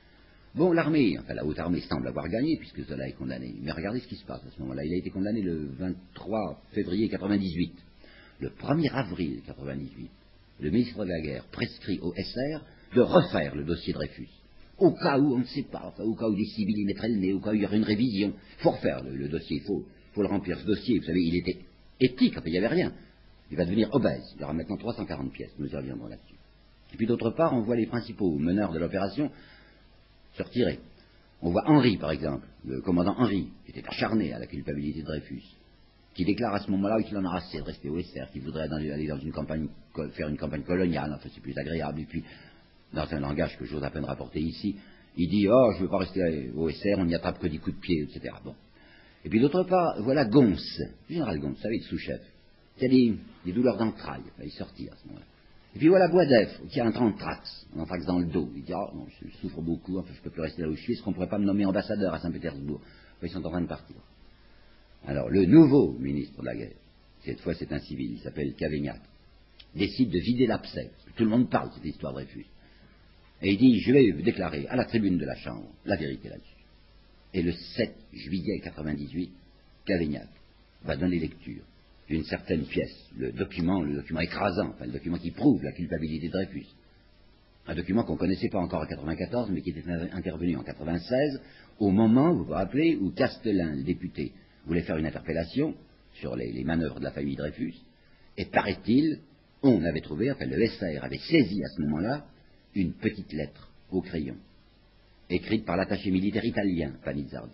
Bon, l'armée, enfin la haute armée semble avoir gagné puisque Zola est condamné. Mais regardez ce qui se passe à ce moment-là. Il a été condamné le vingt-trois février quatre-vingt-dix-huit. Le premier avril quatre-vingt-dix-huit, le ministre de la Guerre prescrit au S R de refaire le dossier Dreyfus. Au cas où, on ne sait pas, enfin, au cas où des civils y mettraient le nez, au cas où il y aurait une révision. Il faut refaire le, le dossier, il faut, faut le remplir ce dossier. Vous savez, il était éthique, enfin, il n'y avait rien. Il va devenir obèse. Il aura maintenant trois cent quarante pièces. Nous y reviendrons là-dessus. Et puis d'autre part, on voit les principaux meneurs de l'opération se retirer. On voit Henri, par exemple, le commandant Henri, qui était acharné à la culpabilité de Dreyfus, qui déclare à ce moment-là qu'il en a assez de rester au S R, qu'il voudrait aller dans une campagne, faire une campagne coloniale, enfin c'est plus agréable, et puis, dans un langage que j'ose à peine rapporter ici, il dit, oh, je ne veux pas rester au S R, on n'y attrape que des coups de pied, et cetera. Bon. Et puis d'autre part, voilà Gons, le général Gons, vous savez, le sous-chef, qui a des, des douleurs d'entrailles, il est sorti à ce moment-là. Et puis voilà Boisdeffre, qui a un anthrax, un anthrax dans le dos. Il dit, oh non, je souffre beaucoup, enfin je peux plus rester là où je suis, est-ce qu'on ne pourrait pas me nommer ambassadeur à Saint-Pétersbourg? Enfin, ils sont en train de partir. Alors, le nouveau ministre de la guerre, cette fois c'est un civil, il s'appelle Cavaignac, décide de vider l'abcès. Tout le monde parle de cette histoire Dreyfus. Et il dit, je vais déclarer à la tribune de la Chambre la vérité là-dessus. Et le sept juillet quatre-vingt-dix-huit, Cavaignac va donner lecture d'une certaine pièce, le document, le document écrasant, enfin le document qui prouve la culpabilité de Dreyfus. Un document qu'on ne connaissait pas encore en quatre-vingt-quatorze, mais qui était intervenu en quatre-vingt-seize, au moment, vous vous rappelez, où Castelin, le député, voulait faire une interpellation sur les, les manœuvres de la famille Dreyfus, et paraît-il, on avait trouvé, enfin le S R avait saisi à ce moment-là, une petite lettre au crayon, écrite par l'attaché militaire italien, Panizzardi,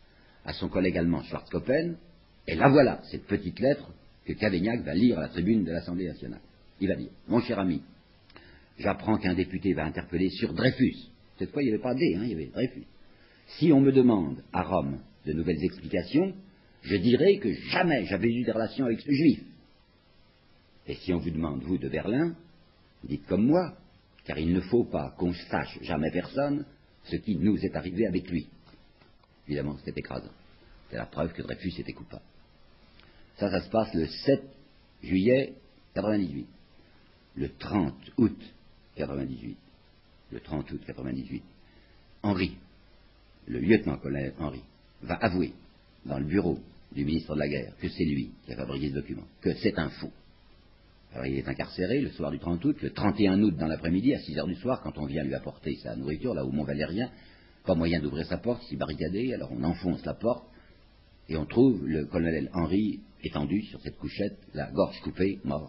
à son collègue allemand Schwarzkoppen, et la voilà, cette petite lettre que Cavaignac va lire à la tribune de l'Assemblée nationale. Il va dire, mon cher ami, j'apprends qu'un député va interpeller sur Dreyfus. Cette fois, il n'y avait pas D, hein, il y avait Dreyfus. Si on me demande à Rome de nouvelles explications, je dirai que jamais j'avais eu des relations avec ce juif. Et si on vous demande, vous, de Berlin, dites comme moi, car il ne faut pas qu'on sache jamais personne ce qui nous est arrivé avec lui. Évidemment, c'était écrasant. C'est la preuve que Dreyfus était coupable. Ça, ça se passe le sept juillet quatre-vingt-dix-huit. Le trente août quatre-vingt-dix-huit. Le trente août quatre-vingt-dix-huit. Henri, le lieutenant-colonel Henri, va avouer dans le bureau du ministre de la Guerre que c'est lui qui a fabriqué ce document, que c'est un faux. Alors il est incarcéré le soir du trente août, le trente et un août dans l'après-midi, à six heures du soir, quand on vient lui apporter sa nourriture, là au Mont-Valérien, pas moyen d'ouvrir sa porte, s'y barricader, alors on enfonce la porte, et on trouve le colonel Henri étendu sur cette couchette, la gorge coupée, mort,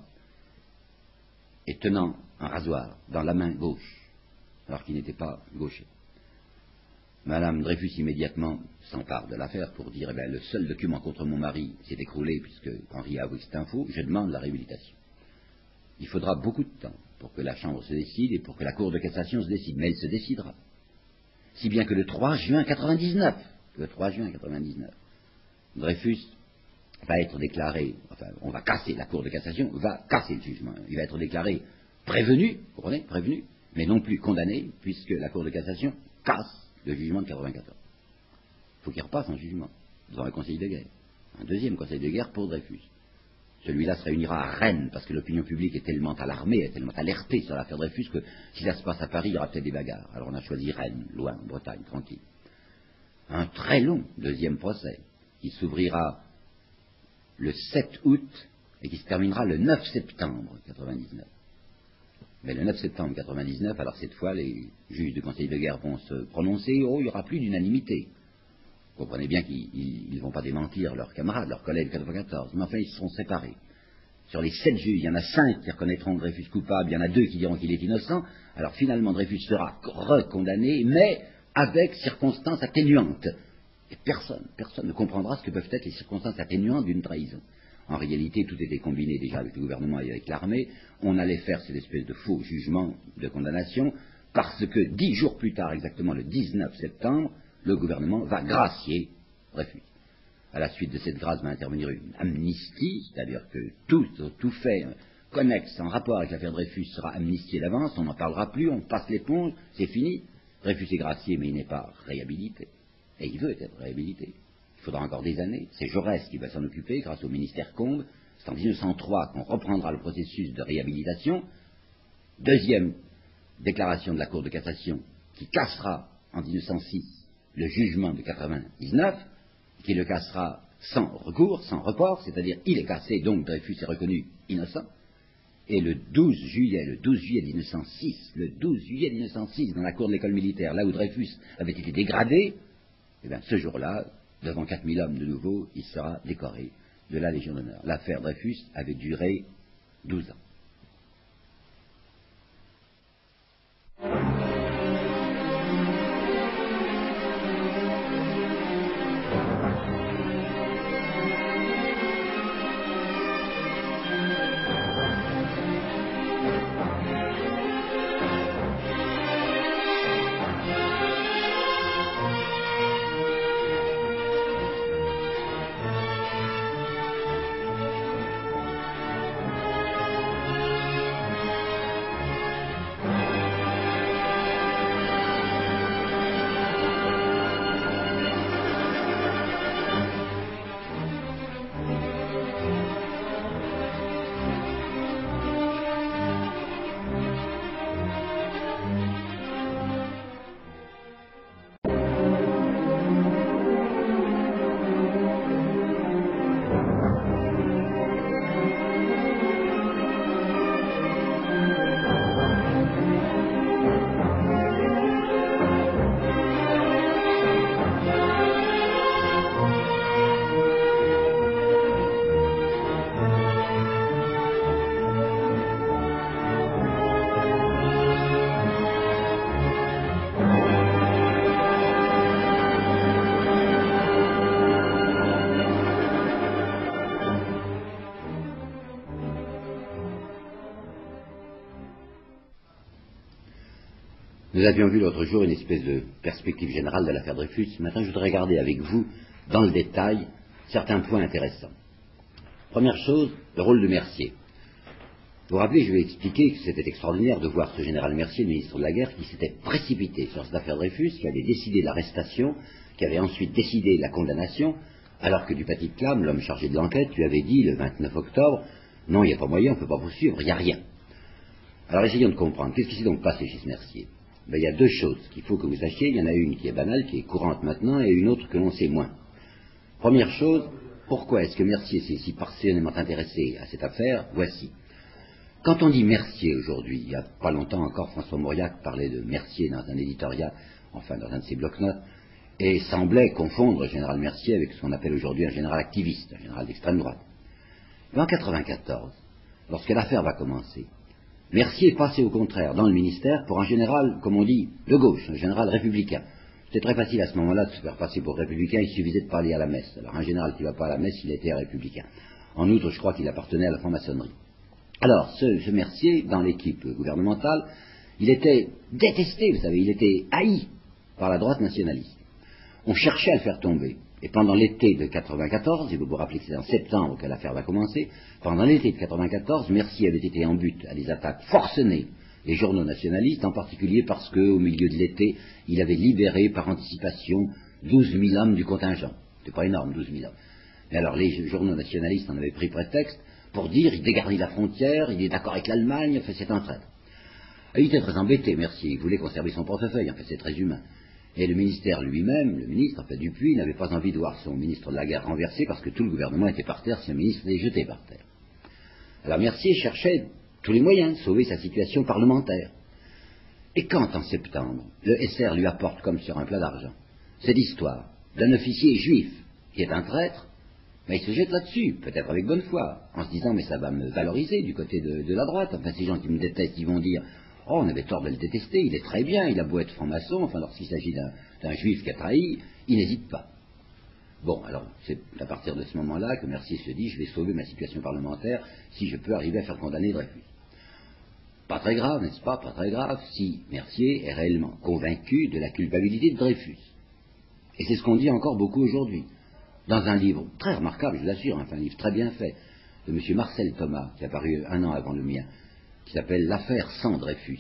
et tenant un rasoir dans la main gauche, alors qu'il n'était pas gaucher. Madame Dreyfus immédiatement s'empare de l'affaire pour dire, eh bien, le seul document contre mon mari s'est écroulé puisque Henri a avoué que c'est un faux, je demande la réhabilitation. Il faudra beaucoup de temps pour que la Chambre se décide et pour que la Cour de cassation se décide, mais elle se décidera. Si bien que le trois juin quatre-vingt-dix-neuf, le trois juin quatre-vingt-dix-neuf, Dreyfus va être déclaré, enfin, on va casser, la Cour de cassation va casser le jugement. Il va être déclaré prévenu, vous comprenez, prévenu, mais non plus condamné, puisque la Cour de cassation casse le jugement de quatre-vingt-quatorze. Il faut qu'il repasse en jugement devant le Conseil de guerre. Un deuxième Conseil de guerre pour Dreyfus. Celui-là se réunira à Rennes, parce que l'opinion publique est tellement alarmée, est tellement alertée sur l'affaire Dreyfus, que si ça se passe à Paris, il y aura peut-être des bagarres. Alors on a choisi Rennes, loin, en Bretagne, tranquille. Un très long deuxième procès, qui s'ouvrira le sept août et qui se terminera le neuf septembre quatre-vingt-dix-neuf. Mais le neuf septembre quatre-vingt-dix-neuf, alors cette fois, les juges du Conseil de guerre vont se prononcer, oh, il n'y aura plus d'unanimité. Vous comprenez bien qu'ils ne vont pas démentir leurs camarades, leurs collègues de quatre-vingt-quatorze, mais enfin ils seront séparés. Sur les sept juges, il y en a cinq qui reconnaîtront Dreyfus coupable, il y en a deux qui diront qu'il est innocent, alors finalement Dreyfus sera recondamné, mais avec circonstances atténuantes. Et personne, personne ne comprendra ce que peuvent être les circonstances atténuantes d'une trahison. En réalité, tout était combiné déjà avec le gouvernement et avec l'armée. On allait faire cette espèce de faux jugement de condamnation, parce que dix jours plus tard, exactement le dix-neuf septembre, le gouvernement va gracier Dreyfus. À la suite de cette grâce va intervenir une amnistie, c'est-à-dire que tout, tout fait connexe en rapport avec l'affaire Dreyfus sera amnistié d'avance, on n'en parlera plus, on passe l'éponge, c'est fini. Dreyfus est gracié, mais il n'est pas réhabilité. Et il veut être réhabilité. Il faudra encore des années. C'est Jaurès qui va s'en occuper grâce au ministère Combes. C'est en mille neuf cent trois qu'on reprendra le processus de réhabilitation. Deuxième déclaration de la Cour de cassation qui cassera en mille neuf cent six le jugement de quatre-vingt-dix-neuf, qui le cassera sans recours, sans report, c'est-à-dire il est cassé, donc Dreyfus est reconnu innocent. Et le douze juillet, le douze juillet mille neuf cent six, le douze juillet mille neuf cent six, dans la cour de l'école militaire, là où Dreyfus avait été dégradé, eh bien, ce jour-là, devant quatre mille hommes de nouveau, il sera décoré de la Légion d'honneur. L'affaire Dreyfus avait duré douze ans. Nous avions vu l'autre jour une espèce de perspective générale de l'affaire Dreyfus. Maintenant, je voudrais regarder avec vous, dans le détail, certains points intéressants. Première chose, le rôle de Mercier. Vous vous rappelez, je vais expliquer que c'était extraordinaire de voir ce général Mercier, le ministre de la Guerre, qui s'était précipité sur cette affaire Dreyfus, qui avait décidé l'arrestation, qui avait ensuite décidé la condamnation, alors que Dupaty-Clam, l'homme chargé de l'enquête, lui avait dit le vingt-neuf octobre, non, il n'y a pas moyen, on ne peut pas poursuivre, il n'y a rien. Alors essayons de comprendre, qu'est-ce qui s'est donc passé chez ce Mercier? Ben, il y a deux choses qu'il faut que vous sachiez, il y en a une qui est banale, qui est courante maintenant, et une autre que l'on sait moins. Première chose, pourquoi est-ce que Mercier s'est si passionnément intéressé à cette affaire? Voici. Quand on dit Mercier aujourd'hui, il n'y a pas longtemps encore, François Mauriac parlait de Mercier dans un éditorial, enfin dans un de ses blocs-notes, et semblait confondre le général Mercier avec ce qu'on appelle aujourd'hui un général activiste, un général d'extrême droite. Mais en quatre-vingt-quatorze, lorsque l'affaire va commencer, Mercier est passé au contraire dans le ministère pour un général, comme on dit, de gauche, un général républicain. C'était très facile à ce moment-là de se faire passer pour républicain, il suffisait de parler à la messe. Alors un général qui ne va pas à la messe, il était républicain. En outre, je crois qu'il appartenait à la franc-maçonnerie. Alors, ce, ce Mercier, dans l'équipe gouvernementale, il était détesté, vous savez, il était haï par la droite nationaliste. On cherchait à le faire tomber. Et pendant l'été de quatre-vingt-quatorze, et vous vous rappelez que c'est en septembre que l'affaire va commencer, pendant l'été de quatre-vingt-quatorze, Mercier avait été en but à des attaques forcenées des journaux nationalistes, en particulier parce qu'au milieu de l'été, il avait libéré par anticipation douze mille hommes du contingent. C'était pas énorme, douze mille hommes. Mais alors les journaux nationalistes en avaient pris prétexte pour dire il dégarnit la frontière, il est d'accord avec l'Allemagne, enfin c'est un traître. Et il était très embêté, Mercier, il voulait conserver son portefeuille, enfin c'est très humain. Et le ministère lui-même, le ministre, enfin Dupuy, n'avait pas envie de voir son ministre de la Guerre renversé parce que tout le gouvernement était par terre si un ministre était jeté par terre. Alors Mercier cherchait tous les moyens de sauver sa situation parlementaire. Et quand, en septembre, le S R lui apporte comme sur un plat d'argent cette histoire d'un officier juif qui est un traître, mais il se jette là-dessus, peut-être avec bonne foi, en se disant mais ça va me valoriser du côté de, de la droite. Enfin ces gens qui me détestent, ils vont dire oh, on avait tort de le détester, il est très bien, il a beau être franc-maçon, enfin lorsqu'il s'agit d'un juif qui a trahi, il n'hésite pas. Bon, alors c'est à partir de ce moment-là que Mercier se dit je vais sauver ma situation parlementaire si je peux arriver à faire condamner Dreyfus. Pas très grave, n'est-ce pas, pas très grave, si Mercier est réellement convaincu de la culpabilité de Dreyfus. Et c'est ce qu'on dit encore beaucoup aujourd'hui. Dans un livre très remarquable, je vous l'assure, enfin un livre très bien fait, de M. Marcel Thomas, qui a paru un an avant le mien, qui s'appelle L'affaire sans Dreyfus.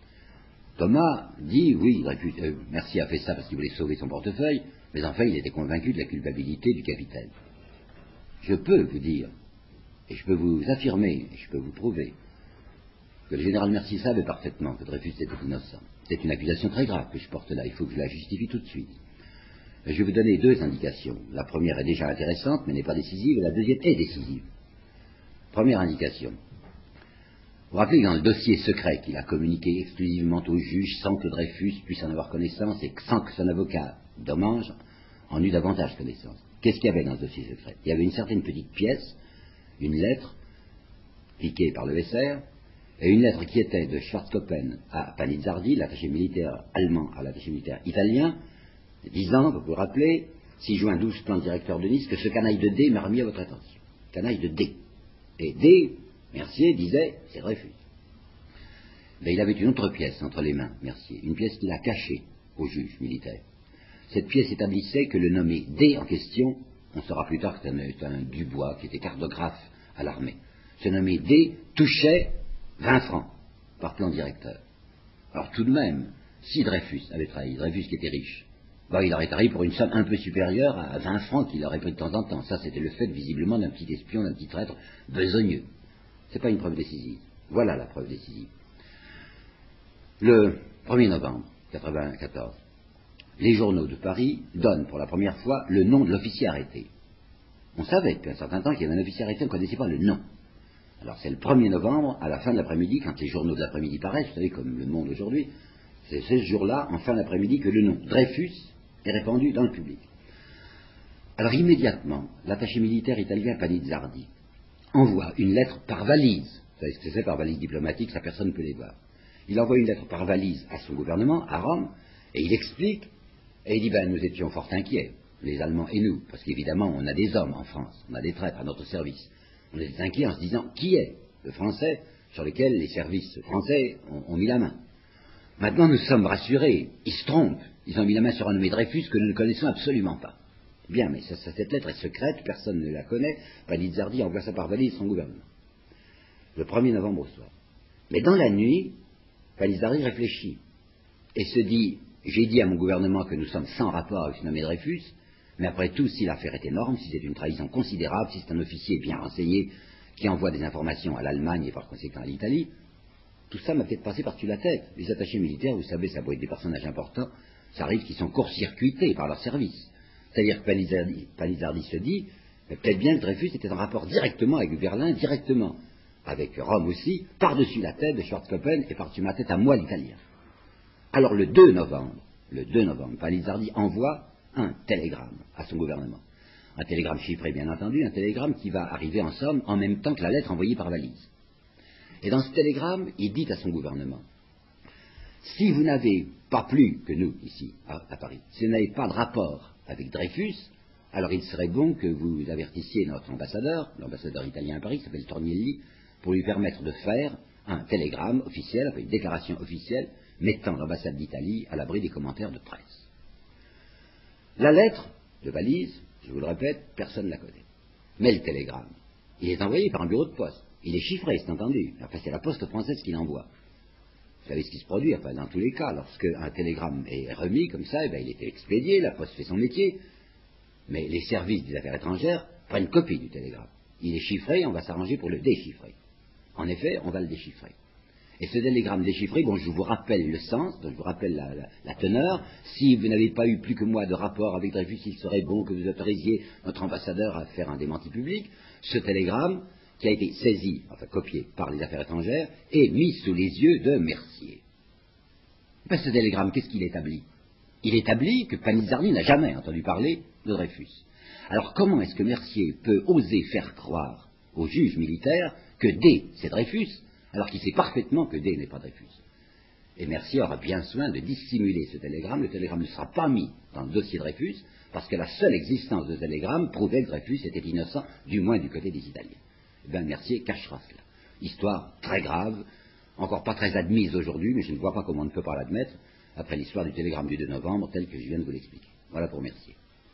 Thomas dit, oui, Dreyfus, euh, Mercier a fait ça parce qu'il voulait sauver son portefeuille, mais enfin il était convaincu de la culpabilité du capitaine. Je peux vous dire, et je peux vous affirmer, et je peux vous prouver, que le général Mercier savait parfaitement que Dreyfus était innocent. C'est une accusation très grave que je porte là, il faut que je la justifie tout de suite. Je vais vous donner deux indications. La première est déjà intéressante, mais n'est pas décisive, et la deuxième est décisive. Première indication. Vous vous rappelez que dans le dossier secret qu'il a communiqué exclusivement au juge sans que Dreyfus puisse en avoir connaissance et sans que son avocat, Domange, en eût davantage connaissance. Qu'est-ce qu'il y avait dans ce dossier secret? Il y avait une certaine petite pièce, une lettre, piquée par le S R, et une lettre qui était de Schwarzkoppen à Panizzardi, l'attaché militaire allemand à l'attaché militaire italien, disant, vous vous rappelez, six juin douze, plan directeur de Nice, que ce canaille de D m'a remis à votre attention. Canaille de D. Et D, Mercier disait, c'est Dreyfus. Mais il avait une autre pièce entre les mains, Mercier, une pièce qu'il a cachée au juge militaire. Cette pièce établissait que le nommé D en question, on saura plus tard que c'était un, un Dubois qui était cartographe à l'armée, ce nommé D touchait vingt francs par plan directeur. Alors tout de même, si Dreyfus avait trahi, Dreyfus qui était riche, bah, il aurait trahi pour une somme un peu supérieure à vingt francs qu'il aurait pris de temps en temps. Ça, c'était le fait visiblement d'un petit espion, d'un petit traître besogneux. C'est pas une preuve décisive. Voilà la preuve décisive. Le premier novembre quatre-vingt-quatorze, les journaux de Paris donnent pour la première fois le nom de l'officier arrêté. On savait depuis un certain temps qu'il y avait un officier arrêté, on ne connaissait pas le nom. Alors c'est le premier novembre, à la fin de l'après-midi, quand les journaux de l'après-midi paraissent, vous savez, comme Le Monde aujourd'hui, c'est ce jour-là, en fin d'après-midi, que le nom Dreyfus est répandu dans le public. Alors immédiatement, l'attaché militaire italien Panizzardi envoie une lettre par valise. Vous savez ce que c'est par valise diplomatique, ça personne ne peut les voir. Il envoie une lettre par valise à son gouvernement, à Rome, et il explique, et il dit, ben nous étions fort inquiets, les Allemands et nous, parce qu'évidemment on a des hommes en France, on a des traîtres à notre service. On était inquiets en se disant, qui est le Français sur lequel les services français ont, ont mis la main? Maintenant nous sommes rassurés, ils se trompent, ils ont mis la main sur un nommé Dreyfus que nous ne connaissons absolument pas. Bien, mais ça, ça, cette lettre est secrète, personne ne la connaît, Panizzardi envoie ça par valise son gouvernement. le premier novembre au soir. Mais dans la nuit, Palizardi réfléchit et se dit, j'ai dit à mon gouvernement que nous sommes sans rapport avec ce nommé Dreyfus, mais après tout, si l'affaire est énorme, si c'est une trahison considérable, si c'est un officier bien renseigné qui envoie des informations à l'Allemagne et par conséquent à l'Italie, tout ça m'a fait passer par-dessus la tête. Les attachés militaires, vous savez, ça doit être des personnages importants, ça arrive qu'ils sont court-circuités par leur service. C'est-à-dire que Palizardi, Palizardi se dit, peut-être bien que Dreyfus était en rapport directement avec Berlin, directement avec Rome aussi, par-dessus la tête de Schwarzkoppen et par-dessus ma tête à moi l'Italien. Alors le deux novembre, le deux novembre, Palizardi envoie un télégramme à son gouvernement. Un télégramme chiffré, bien entendu, un télégramme qui va arriver en somme en même temps que la lettre envoyée par valise. Et dans ce télégramme, il dit à son gouvernement, si vous n'avez pas plus que nous, ici, à, à Paris, si vous n'avez pas de rapport avec Dreyfus, alors il serait bon que vous avertissiez notre ambassadeur, l'ambassadeur italien à Paris, qui s'appelle Tornielli, pour lui permettre de faire un télégramme officiel, une déclaration officielle, mettant l'ambassade d'Italie à l'abri des commentaires de presse. La lettre de valise, je vous le répète, personne ne la connaît. Mais le télégramme, il est envoyé par un bureau de poste. Il est chiffré, c'est entendu. Enfin, c'est la poste française qui l'envoie. Vous savez ce qui se produit, enfin, dans tous les cas, lorsque un télégramme est remis comme ça, eh bien, il est expédié, la poste fait son métier, mais les services des affaires étrangères prennent copie du télégramme. Il est chiffré, on va s'arranger pour le déchiffrer. En effet, on va le déchiffrer. Et ce télégramme déchiffré, dont je vous rappelle le sens, dont je vous rappelle la, la, la teneur, si vous n'avez pas eu plus que moi de rapport avec Dreyfus, il serait bon que vous autorisiez notre ambassadeur à faire un démenti public. Ce télégramme, qui a été saisi, enfin copié par les affaires étrangères, et mis sous les yeux de Mercier. Ben, ce télégramme, qu'est-ce qu'il établit? Il établit que Palizardi n'a jamais entendu parler de Dreyfus. Alors comment est-ce que Mercier peut oser faire croire aux juges militaires que D, c'est Dreyfus, alors qu'il sait parfaitement que D n'est pas Dreyfus? Et Mercier aura bien soin de dissimuler ce télégramme. Le télégramme ne sera pas mis dans le dossier Dreyfus, parce que la seule existence de ce télégramme prouvait que Dreyfus était innocent, du moins du côté des Italiens. Eh bien, Mercier cachera cela. Histoire très grave, encore pas très admise aujourd'hui, mais je ne vois pas comment on ne peut pas l'admettre, après l'histoire du télégramme du deux novembre, tel que je viens de vous l'expliquer. Voilà pour Mercier.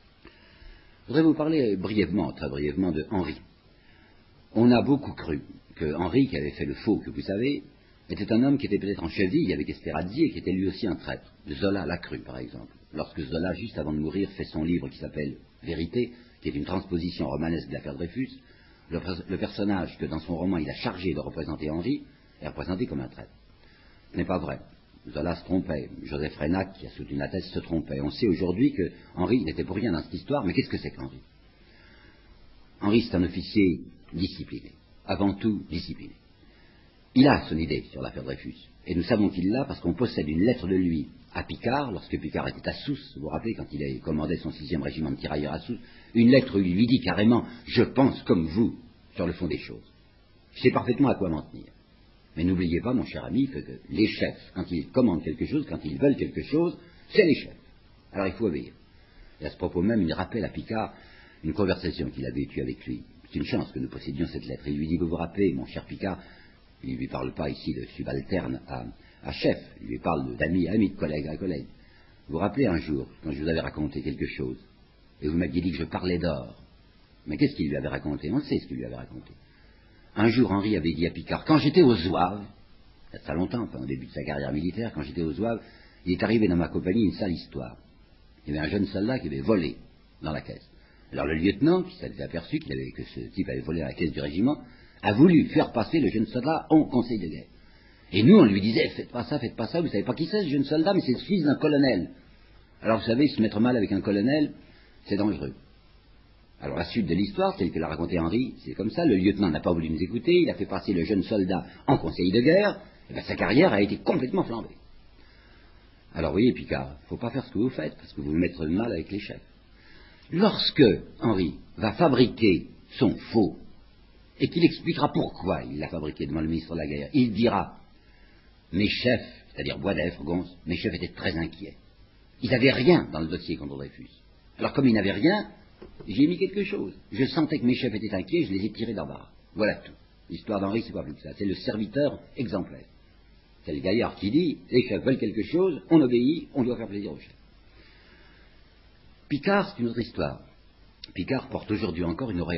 Je voudrais vous parler brièvement, très brièvement, de Henri. On a beaucoup cru que Henri, qui avait fait le faux que vous savez, était un homme qui était peut-être en cheville avec Esterhazy et qui était lui aussi un traître. Zola l'a cru, par exemple. Lorsque Zola, juste avant de mourir, fait son livre qui s'appelle Vérité, qui est une transposition romanesque de l'affaire Dreyfus, le, le personnage que dans son roman il a chargé de représenter Henri est représenté comme un traître. Ce n'est pas vrai. Zola se trompait. Joseph Reynac, qui a soutenu la thèse, se trompait. On sait aujourd'hui que Henri n'était pour rien dans cette histoire, mais qu'est-ce que c'est qu'Henri? Henri, c'est un officier discipliné. Avant tout, discipliné. Il a son idée sur l'affaire Dreyfus. Et nous savons qu'il l'a parce qu'on possède une lettre de lui à Picard, lorsque Picard était à Sousse, vous vous rappelez, quand il commandait son sixième régiment de tirailleurs à Sousse, une lettre où il lui dit carrément « Je pense comme vous sur le fond des choses. Je sais parfaitement à quoi m'en tenir. » Mais n'oubliez pas, mon cher ami, que les chefs, quand ils commandent quelque chose, quand ils veulent quelque chose, c'est les chefs. Alors il faut obéir. Et à ce propos même, il rappelle à Picard une conversation qu'il avait eue avec lui. C'est une chance que nous possédions cette lettre. Il lui dit « Vous vous rappelez, mon cher Picard, il ne lui parle pas ici de subalterne à, à chef, il lui parle d'amis à amis, de collègue à collègue. Vous vous rappelez un jour, quand je vous avais raconté quelque chose, et vous m'aviez dit que je parlais d'or. Mais qu'est-ce qu'il lui avait raconté? On sait ce qu'il lui avait raconté. Un jour, Henri avait dit à Picard, quand j'étais aux Zouaves, il y a ça longtemps, enfin, au début de sa carrière militaire, quand j'étais aux Zouaves, il est arrivé dans ma compagnie une sale histoire. Il y avait un jeune soldat qui avait volé dans la caisse. Alors le lieutenant, qui s'était aperçu qu'il avait, que ce type avait volé dans la caisse du régiment, a voulu faire passer le jeune soldat au conseil de guerre. Et nous, on lui disait, faites pas ça, faites pas ça, vous savez pas qui c'est ce jeune soldat, mais c'est le fils d'un colonel. Alors vous savez, se mettre mal avec un colonel, c'est dangereux. Alors la suite de l'histoire, telle que l'a raconté Henri, c'est comme ça, le lieutenant n'a pas voulu nous écouter, il a fait passer le jeune soldat en conseil de guerre, et bien sa carrière a été complètement flambée. Alors vous voyez, Picard, il ne faut pas faire ce que vous faites, parce que vous vous mettrez mal avec les chefs. Lorsque Henri va fabriquer son faux, et qu'il expliquera pourquoi il l'a fabriqué devant le ministre de la Guerre, il dira, mes chefs, c'est-à-dire Boisdeffre, Gons, mes chefs étaient très inquiets. Ils n'avaient rien dans le dossier contre Dreyfus. Alors comme ils n'avaient rien, j'ai mis quelque chose. Je sentais que mes chefs étaient inquiets, je les ai tirés d'embarras. Voilà tout. L'histoire d'Henri, c'est pas plus que ça. C'est le serviteur exemplaire. C'est le gaillard qui dit, les chefs veulent quelque chose, on obéit, on doit faire plaisir aux chefs. Picard, c'est une autre histoire. Picard porte aujourd'hui encore une auréole.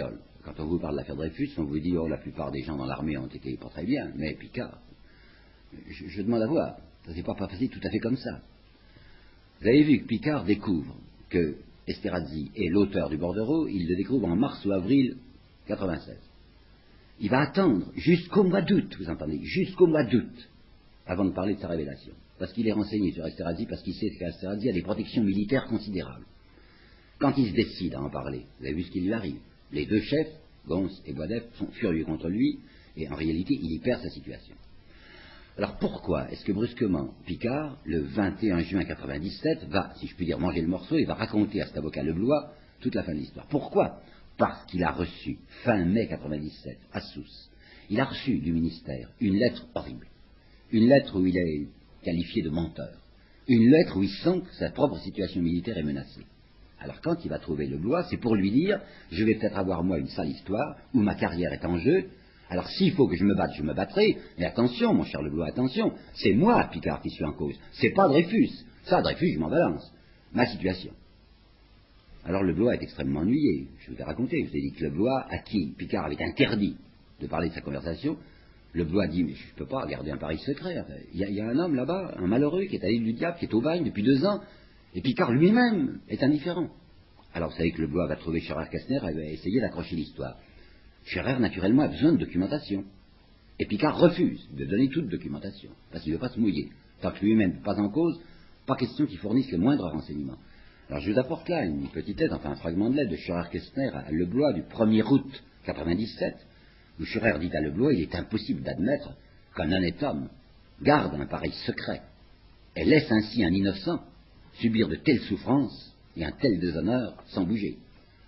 quand on vous parle de l'affaire Dreyfus, on vous dit, oh, la plupart des gens dans l'armée ont été pas très bien, mais Picard, je, je demande à voir, ça s'est pas passé tout à fait comme ça. Vous avez vu que Picard découvre que Esterhazy est l'auteur du bordereau, il le découvre en mars ou avril quatre-vingt-seize. Il va attendre jusqu'au mois d'août, vous entendez, jusqu'au mois d'août, avant de parler de sa révélation. Parce qu'il est renseigné sur Esterhazy, parce qu'il sait qu'Esterhazy a des protections militaires considérables. Quand il se décide à en parler, vous avez vu ce qui lui arrive. Les deux chefs, Gons et Boisdef, sont furieux contre lui, et en réalité, il y perd sa situation. Alors pourquoi est-ce que brusquement, Picard, le vingt et un juin quatre-vingt-dix-sept, va, si je puis dire, manger le morceau et va raconter à cet avocat Leblois toute la fin de l'histoire? Pourquoi? Parce qu'il a reçu, fin mai quatre-vingt-dix-sept, à Sousse, il a reçu du ministère une lettre horrible. Une lettre où il est qualifié de menteur. Une lettre où il sent que sa propre situation militaire est menacée. Alors quand il va trouver Leblois, c'est pour lui dire, je vais peut-être avoir moi une sale histoire, où ma carrière est en jeu. Alors s'il faut que je me batte, je me battrai, mais attention, mon cher Leblois, attention, c'est moi, Picard, qui suis en cause, c'est pas Dreyfus. Ça, Dreyfus, je m'en balance. Ma situation. Alors Leblois est extrêmement ennuyé. Je vous ai raconté, je vous ai dit que Leblois, à qui Picard avait interdit de parler de sa conversation, Leblois dit, mais je ne peux pas garder un pareil secret. Il y, a, il y a un homme là-bas, un malheureux, qui est à l'île du Diable, qui est au bagne depuis deux ans, et Picard lui-même est indifférent. Alors vous savez que Leblois va trouver Scherer-Kestner et va essayer d'accrocher l'histoire. Scherer, naturellement, a besoin de documentation. Et Picard refuse de donner toute documentation, parce qu'il ne veut pas se mouiller. Tant que lui-même n'est pas en cause, pas question qu'il fournisse le moindre renseignement. Alors je vous apporte là une petite lettre, enfin un fragment de lettre de Scherer-Kestner à Leblois du premier août quatre-vingt-dix-sept, où Scherer dit à Leblois, il est impossible d'admettre qu'un honnête homme garde un pareil secret et laisse ainsi un innocent subir de telles souffrances et un tel déshonneur sans bouger.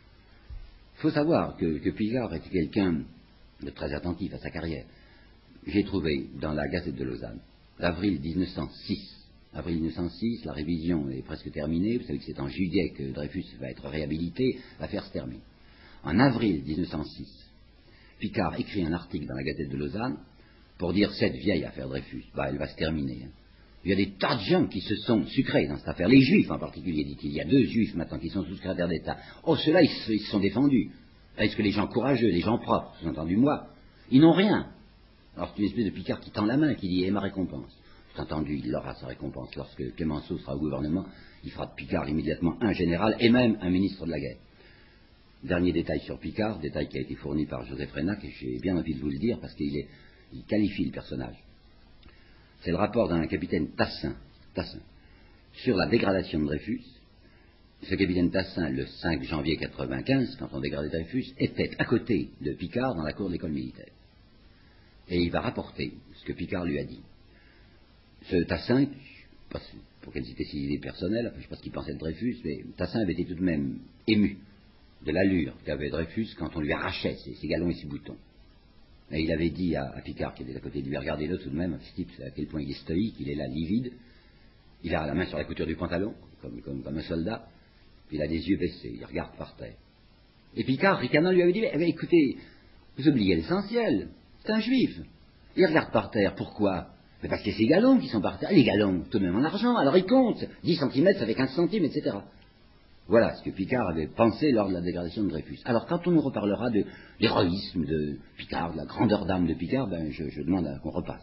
Il faut savoir que, que Picard était quelqu'un de très attentif à sa carrière. J'ai trouvé dans la Gazette de Lausanne, d'avril mille neuf cent six, avril mille neuf cent six, la révision est presque terminée, vous savez que c'est en juillet que Dreyfus va être réhabilité, l'affaire se termine. En avril mille neuf cent six, Picard écrit un article dans la Gazette de Lausanne pour dire cette vieille affaire Dreyfus, bah, elle va se terminer. Hein. Il y a des tas de gens qui se sont sucrés dans cette affaire, les juifs en particulier, dit-il. Il y a deux juifs maintenant qui sont sous-secrétaires d'État. Oh, ceux-là, ils se, ils se sont défendus. Est-ce que les gens courageux, les gens propres, j'ai entendu moi, ils n'ont rien. Alors c'est une espèce de Picard qui tend la main, qui dit, et ma récompense. J'ai entendu, il aura sa récompense. Lorsque Clemenceau sera au gouvernement, il fera de Picard immédiatement un général et même un ministre de la guerre. Dernier détail sur Picard, détail qui a été fourni par Joseph Renac, et j'ai bien envie de vous le dire parce qu'il est, il qualifie le personnage. C'est le rapport d'un capitaine Tassin, Tassin sur la dégradation de Dreyfus. Ce capitaine Tassin, le cinq janvier quatre-vingt-quinze, quand on dégradait Dreyfus, était à côté de Picard dans la cour de l'école militaire. Et il va rapporter ce que Picard lui a dit. Ce Tassin, je ne sais pas pour quelle citer ses idées personnelles, je ne sais pas ce qu'il pensait de Dreyfus, mais Tassin avait été tout de même ému de l'allure qu'avait Dreyfus quand on lui arrachait ses, ses galons et ses boutons. Et il avait dit à, à Picard, qui était à côté de lui, regardez-le tout de même, ce type, à quel point il est stoïque, il est là livide, il a la main sur la couture du pantalon, comme, comme, comme un soldat, puis il a des yeux baissés, il regarde par terre. Et Picard, ricanant, lui avait dit, eh bien, écoutez, vous oubliez l'essentiel, c'est un juif. Il regarde par terre, pourquoi? Mais parce que c'est ses galons qui sont par terre. Les galons, tout de même en argent, alors ils comptent, dix centimètres, ça fait quinze centimes, et cetera. Voilà ce que Picard avait pensé lors de la dégradation de Dreyfus. Alors quand on nous reparlera de l'héroïsme de Picard, de la grandeur d'âme de Picard, ben je, je demande qu'on repasse.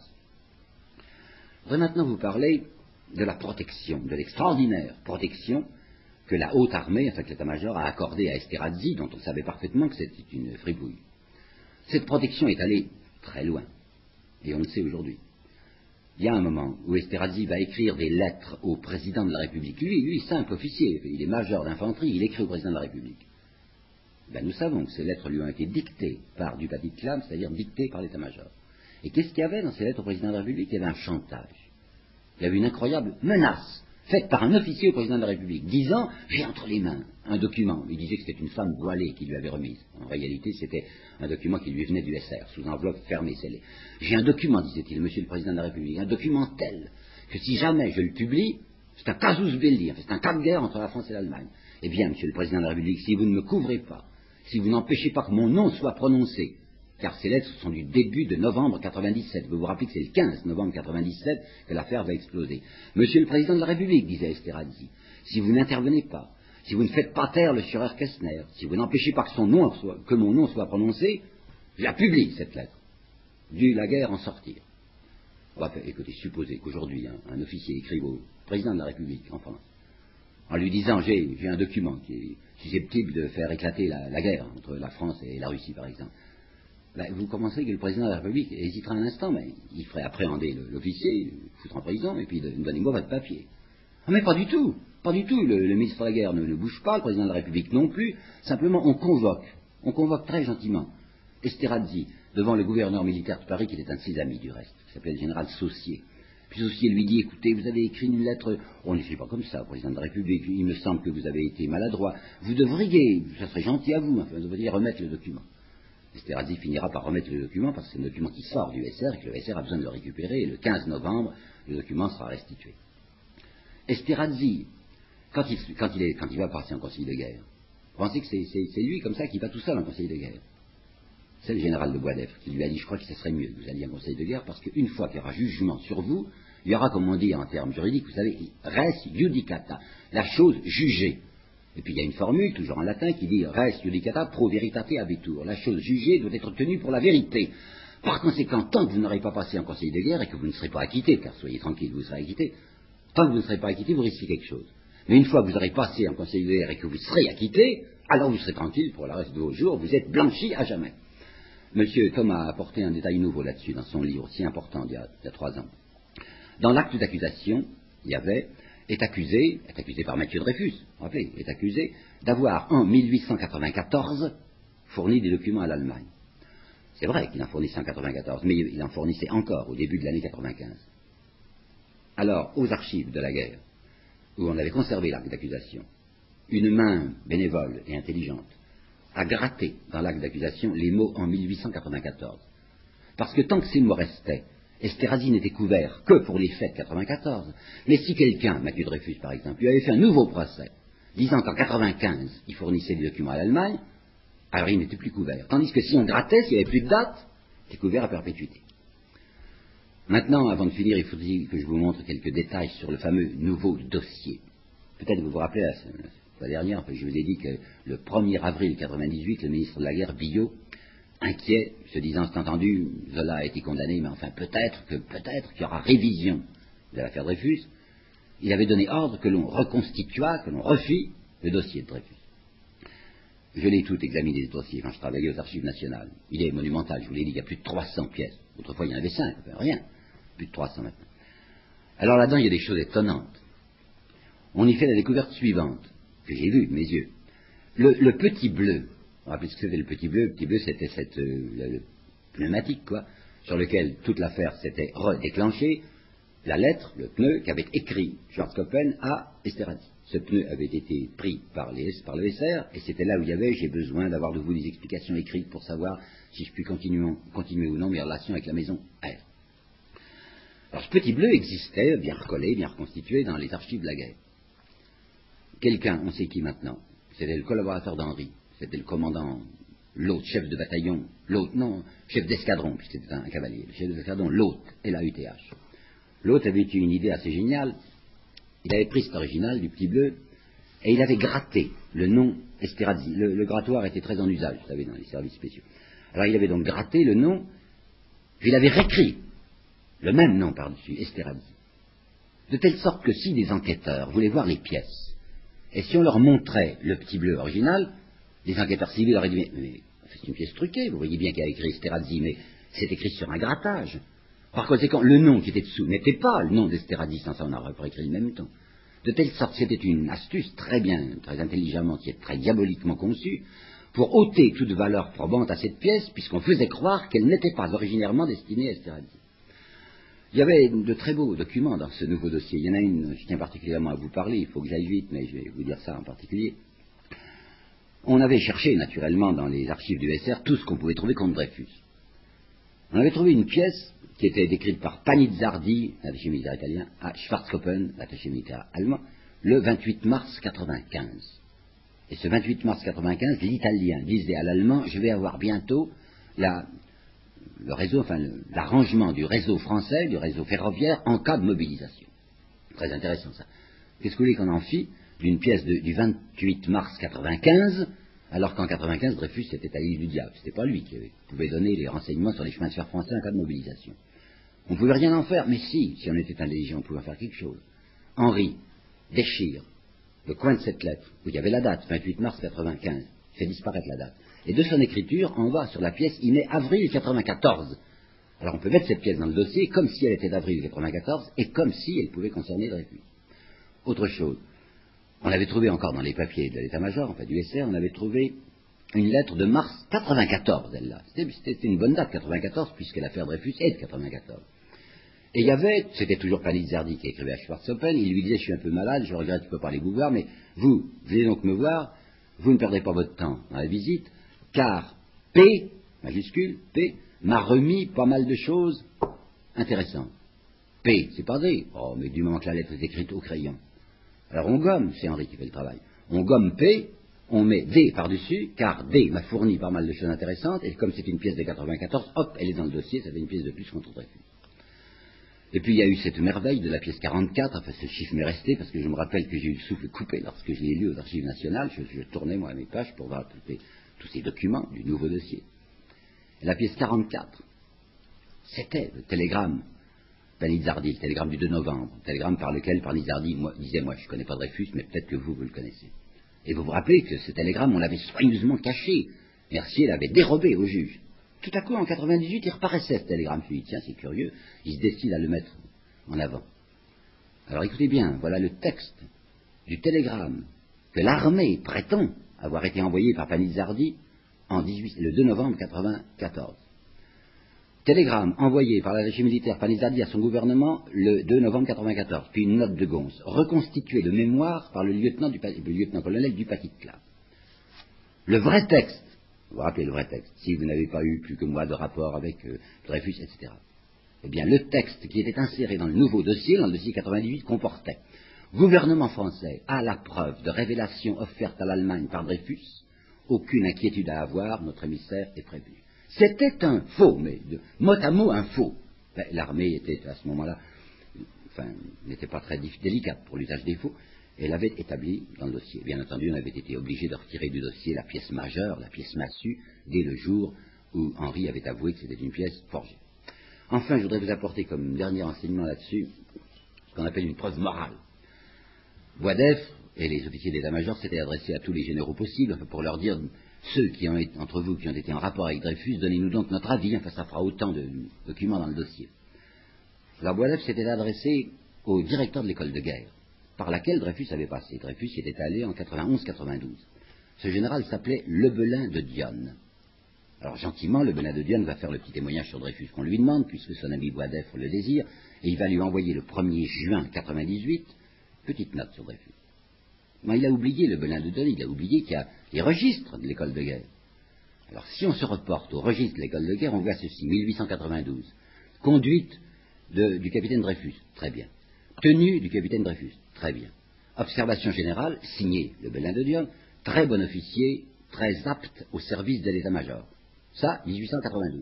Je voudrais maintenant vous parler de la protection, de l'extraordinaire protection que la haute armée, enfin que l'état-major, a accordée à Esterhazy, dont on savait parfaitement que c'était une fripouille. Cette protection est allée très loin, et on le sait aujourd'hui. Il y a un moment où Esterhazy va écrire des lettres au président de la République. Lui, lui, simple officier, il est major d'infanterie, il écrit au président de la République. Ben, nous savons que ces lettres lui ont été dictées par du Petit Clam, c'est-à-dire dictées par l'état-major. Et qu'est-ce qu'il y avait dans ces lettres au président de la République? Il y avait un chantage. Il y avait une incroyable menace faite par un officier au président de la République, disant « j'ai entre les mains un document ». Il disait que c'était une femme voilée qui lui avait remise. En réalité, c'était un document qui lui venait du S R, sous enveloppe fermée, scellée. « J'ai un document, disait-il, monsieur le président de la République, un document tel que si jamais je le publie, c'est un casus belli, c'est un cas de guerre entre la France et l'Allemagne. Eh bien, monsieur le président de la République, si vous ne me couvrez pas, si vous n'empêchez pas que mon nom soit prononcé, car ces lettres sont du début de novembre quatre-vingt-dix-sept. Vous vous rappelez que c'est le quinze novembre quatre-vingt-dix-sept que l'affaire va exploser. Monsieur le président de la République, disait Esterhazy, si vous n'intervenez pas, si vous ne faites pas taire le Führer Kestner, si vous n'empêchez pas que, son nom soit, que mon nom soit prononcé, je la publie, cette lettre. Dû la guerre en sortir. On va faire, écoutez, supposez qu'aujourd'hui, hein, un officier écrive au président de la République en France, en lui disant, j'ai, j'ai un document qui est susceptible de faire éclater la, la guerre entre la France et la Russie, par exemple. Ben, vous commencerez que le président de la République hésitera un instant, mais il ferait appréhender le, l'officier, le foutre en prison, et puis de, donnez-moi votre papier. Ah, mais pas du tout, pas du tout. Le, le ministre de la guerre ne, ne bouge pas, le président de la République non plus. Simplement, on convoque, on convoque très gentiment Esterhazy devant le gouverneur militaire de Paris, qui était un de ses amis du reste, qui s'appelait le général Saussier. Puis Saussier lui dit, écoutez, vous avez écrit une lettre, on n'écrit pas comme ça, président de la République, il me semble que vous avez été maladroit, vous devriez, ça serait gentil à vous, enfin, vous devriez remettre le document. Esterhazy finira par remettre le document, parce que c'est un document qui sort du S R, et que le S R a besoin de le récupérer, et le quinze novembre, le document sera restitué. Esterhazy, quand il, quand, il est, quand il va passer en conseil de guerre, vous pensez que c'est, c'est, c'est lui, comme ça, qui va tout seul en conseil de guerre? C'est le général de Boisdeffre qui lui a dit, je crois que ce serait mieux que vous alliez en conseil de guerre, parce qu'une fois qu'il y aura jugement sur vous, il y aura, comme on dit en termes juridiques, vous savez, res judicata, la chose jugée. Et puis il y a une formule, toujours en latin, qui dit res judicata pro veritate habetur. La chose jugée doit être tenue pour la vérité. Par conséquent, tant que vous n'aurez pas passé en conseil de guerre et que vous ne serez pas acquitté, car soyez tranquille, vous serez acquitté, tant que vous ne serez pas acquitté, vous risquez quelque chose. Mais une fois que vous aurez passé en conseil de guerre et que vous serez acquitté, alors vous serez tranquille pour le reste de vos jours, vous êtes blanchi à jamais. Monsieur Thomas a apporté un détail nouveau là-dessus, dans son livre, si important, il y a, il y a trois ans. Dans l'acte d'accusation, il y avait, est accusé, est accusé par Mathieu Dreyfus, vous vous rappelez, est accusé d'avoir, en mille huit cent quatre-vingt-quatorze, fourni des documents à l'Allemagne. C'est vrai qu'il en fournissait en quatre-vingt-quatorze, mais il en fournissait encore au début de l'année quatre-vingt-quinze. Alors, aux archives de la guerre, où on avait conservé l'acte d'accusation, une main bénévole et intelligente a gratté dans l'acte d'accusation les mots en mille huit cent quatre-vingt-quatorze. Parce que tant que ces mots restaient, Esterhazy n'était couvert que pour les faits de quatre-vingt-quatorze. Mais si quelqu'un, Mathieu Dreyfus par exemple, lui avait fait un nouveau procès, disant qu'en quatre-vingt-quinze, il fournissait des documents à l'Allemagne, alors il n'était plus couvert. Tandis que si on grattait, s'il n'y avait plus de date, il était couvert à perpétuité. Maintenant, avant de finir, il faudrait que je vous montre quelques détails sur le fameux nouveau dossier. Peut-être vous vous rappelez, la, la dernière, je vous ai dit que le premier avril quatre-vingt-dix-huit, le ministre de la Guerre, Billot, inquiet, se disant, c'est entendu, Zola a été condamné, mais enfin peut-être que peut-être qu'il y aura révision de l'affaire Dreyfus, il avait donné ordre que l'on reconstitua, que l'on refit le dossier de Dreyfus. Je l'ai tout examiné, ce dossier, quand je travaillais aux archives nationales. Il est monumental, je vous l'ai dit, il y a plus de trois cents pièces. Autrefois, il y en avait cinq, enfin, rien. Plus de trois cents maintenant. Alors là-dedans, il y a des choses étonnantes. On y fait la découverte suivante, que j'ai vue de mes yeux. Le, le petit bleu, vous vous rappelez ce que c'était le petit bleu? Le petit bleu, c'était cette euh, le, le pneumatique, quoi, sur lequel toute l'affaire s'était redéclenchée. La lettre, le pneu, qu'avait écrit Schwarzkoppen à Esterhazy. Ce pneu avait été pris par, les, par le S R, et c'était là où il y avait, j'ai besoin d'avoir de vous des explications écrites pour savoir si je puis continuer, continuer ou non mes relations avec la maison R. Alors ce petit bleu existait, bien recollé, bien reconstitué dans les archives de la guerre. Quelqu'un, on sait qui maintenant, c'était le collaborateur d'Henri, c'était le commandant, l'autre, chef de bataillon, l'autre, non, chef d'escadron, puisque c'était un, un cavalier, le chef d'escadron, l'autre, L A U T H. L'autre avait eu une idée assez géniale. Il avait pris cet original du petit bleu et il avait gratté le nom Esterhazy. Le, le grattoir était très en usage, vous savez, dans les services spéciaux. Alors il avait donc gratté le nom, puis il avait réécrit le même nom par-dessus, Esterhazy. De telle sorte que si des enquêteurs voulaient voir les pièces, et si on leur montrait le petit bleu original, les enquêteurs civils auraient dit, mais, mais c'est une pièce truquée, vous voyez bien qu'il y a écrit Esterhazy, mais c'est écrit sur un grattage. Par conséquent, le nom qui était dessous n'était pas le nom d'Esterhazy, sans ça on aurait pas écrit le même temps. De telle sorte, c'était une astuce très bien, très intelligemment, qui est très diaboliquement conçue, pour ôter toute valeur probante à cette pièce, puisqu'on faisait croire qu'elle n'était pas originairement destinée à Esterhazy. Il y avait de très beaux documents dans ce nouveau dossier. Il y en a une, je tiens particulièrement à vous parler, il faut que j'aille vite, mais je vais vous dire ça en particulier. On avait cherché, naturellement, dans les archives du S R, tout ce qu'on pouvait trouver contre Dreyfus. On avait trouvé une pièce qui était décrite par Panizzardi, l'attaché militaire italien, à Schwarzkoppen, l'attaché militaire allemand, le vingt-huit mars quatre-vingt-quinze. Et ce vingt-huit mars quatre-vingt-quinze, l'Italien disait à l'Allemand, je vais avoir bientôt la, le réseau, enfin l'arrangement du réseau français, du réseau ferroviaire, en cas de mobilisation. Très intéressant ça. Qu'est-ce que vous voulez qu'on en fit? d'une pièce de, du vingt-huit mars quatre-vingt-quinze, alors qu'en quatre-vingt-quinze, Dreyfus était à l'île du diable. C'était pas lui qui pouvait donner les renseignements sur les chemins de fer français en cas de mobilisation. On ne pouvait rien en faire, mais si, si on était intelligent, on pouvait en faire quelque chose. Henri déchire le coin de cette lettre, où il y avait la date, vingt-huit mars quatre-vingt-quinze, il fait disparaître la date. Et de son écriture, en bas sur la pièce, il met avril quatre-vingt-quatorze. Alors on peut mettre cette pièce dans le dossier comme si elle était d'avril quatre-vingt-quatorze et comme si elle pouvait concerner Dreyfus. Autre chose, on avait trouvé encore dans les papiers de l'état-major, enfin du S R, on avait trouvé une lettre de mars quatre-vingt-quatorze, elle-là. C'était une bonne date, quatre-vingt-quatorze, puisque l'affaire Dreyfus est de quatre-vingt-quatorze. Et il y avait, c'était toujours Panizardi qui écrivait à Schwarzhoppen, il lui disait, je suis un peu malade, je regrette, je ne peux pas aller vous voir, mais vous, venez donc me voir, vous ne perdrez pas votre temps dans la visite, car P, majuscule, P, m'a remis pas mal de choses intéressantes. P, c'est pas D. Oh, mais du moment que la lettre est écrite au crayon. Alors on gomme, c'est Henri qui fait le travail. On gomme P, on met D par-dessus, car D m'a fourni pas mal de choses intéressantes, et comme c'est une pièce de quatre-vingt-quatorze, hop, elle est dans le dossier, ça fait une pièce de plus contre Dreyfus. Et puis il y a eu cette merveille de la pièce quarante-quatre, enfin ce chiffre m'est resté, parce que je me rappelle que j'ai eu le souffle coupé lorsque je l'ai lu aux Archives nationales, je, je tournais moi à mes pages pour voir tous, les, tous ces documents du nouveau dossier. Et la pièce quarante-quatre, c'était le télégramme Panizardi, le télégramme du deux novembre, le télégramme par lequel Panizardi moi, disait, moi je ne connais pas Dreyfus, mais peut-être que vous, vous le connaissez. Et vous vous rappelez que ce télégramme, on l'avait soigneusement caché, Mercier l'avait dérobé au juge. Tout à coup, en quatre-vingt-dix-huit, il reparaissait ce télégramme. Je lui dis, tiens, c'est curieux, il se décide à le mettre en avant. Alors écoutez bien, voilà le texte du télégramme que l'armée prétend avoir été envoyé par Panizardi en dix-huit, le deux novembre quatre-vingt-quatorze. Télégramme envoyé par l'attaché militaire Panizardi à son gouvernement le deux novembre quatre-vingt-quatorze, puis une note de Gons, reconstituée de mémoire par le lieutenant, du, le lieutenant-colonel du Paty de Cla. Le vrai texte, vous vous rappelez le vrai texte, si vous n'avez pas eu plus que moi de rapport avec euh, Dreyfus, et cetera. Eh bien, le texte qui était inséré dans le nouveau dossier, dans le dossier quatre-vingt-dix-huit, comportait « Gouvernement français a la preuve de révélation offerte à l'Allemagne par Dreyfus, aucune inquiétude à avoir, notre émissaire est prévenu. » C'était un faux, mais de mot à mot un faux. Ben, l'armée était à ce moment-là, enfin, n'était pas très délicate pour l'usage des faux, et elle avait établi dans le dossier. Bien entendu, on avait été obligé de retirer du dossier la pièce majeure, la pièce massue, dès le jour où Henri avait avoué que c'était une pièce forgée. Enfin, je voudrais vous apporter comme dernier enseignement là-dessus ce qu'on appelle une preuve morale. Boisdeffre et les officiers d'état-major s'étaient adressés à tous les généraux possibles, enfin, pour leur dire, ceux qui ont été, entre vous qui ont été en rapport avec Dreyfus, donnez-nous donc notre avis, enfin ça fera autant de documents dans le dossier. Alors Boisdeffre s'était adressé au directeur de l'école de guerre, par laquelle Dreyfus avait passé. Dreyfus y était allé en quatre-vingt-onze quatre-vingt-douze. Ce général s'appelait Lebelin de Dionne. Alors gentiment, Lebelin de Dionne va faire le petit témoignage sur Dreyfus qu'on lui demande, puisque son ami Boisdeffre le désire, et il va lui envoyer le premier juin quatre-vingt-dix-huit, petite note sur Dreyfus. Mais il a oublié, Lebelin de Dionne, il a oublié qu'il y a les registres de l'école de guerre. Alors si on se reporte au registre de l'école de guerre, on voit ceci, mille huit cent quatre-vingt-douze. Conduite de, du capitaine Dreyfus, très bien. Tenue du capitaine Dreyfus, très bien. Observation générale, signé Lebelin de Dionne, très bon officier, très apte au service de l'état-major. Ça, mille huit cent quatre-vingt-douze.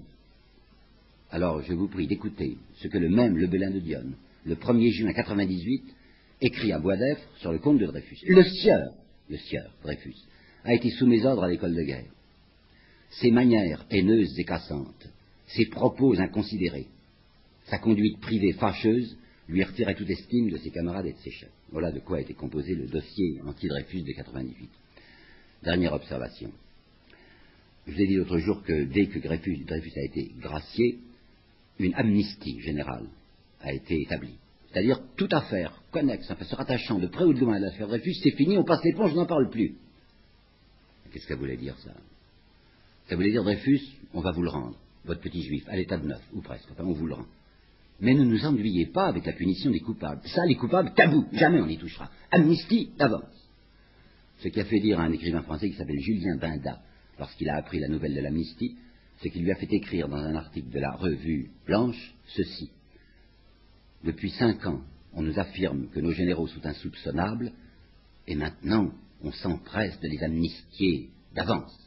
Alors, je vous prie d'écouter ce que le même Lebelin de Dionne, le premier juin quatre-vingt-dix-huit, écrit à Boisdeffre sur le compte de Dreyfus. Le sieur, le sieur, Dreyfus, a été sous mes ordres à l'école de guerre. Ses manières haineuses et cassantes, ses propos inconsidérés, sa conduite privée fâcheuse, lui retirait toute estime de ses camarades et de ses chefs. Voilà de quoi a été composé le dossier anti-Dreyfus de quatre-vingt-dix-huit. Dernière observation. Je vous ai dit l'autre jour que dès que Dreyfus, Dreyfus a été gracié, une amnistie générale a été établie. C'est-à-dire toute affaire connexe, enfin se rattachant de près ou de loin à l'affaire Dreyfus, c'est fini, on passe l'éponge, je n'en parle plus. Qu'est-ce que ça voulait dire ça? Ça voulait dire Dreyfus, on va vous le rendre, votre petit juif, à l'état de neuf, ou presque, enfin on vous le rend. Mais ne nous ennuyez pas avec la punition des coupables. Ça, les coupables, tabou, jamais on y touchera. Amnistie d'avance. Ce qui a fait dire à un écrivain français qui s'appelle Julien Binda, lorsqu'il a appris la nouvelle de l'amnistie, c'est qu'il lui a fait écrire dans un article de la Revue Blanche ceci. Depuis cinq ans, on nous affirme que nos généraux sont insoupçonnables, et maintenant, on s'empresse de les amnistier d'avance.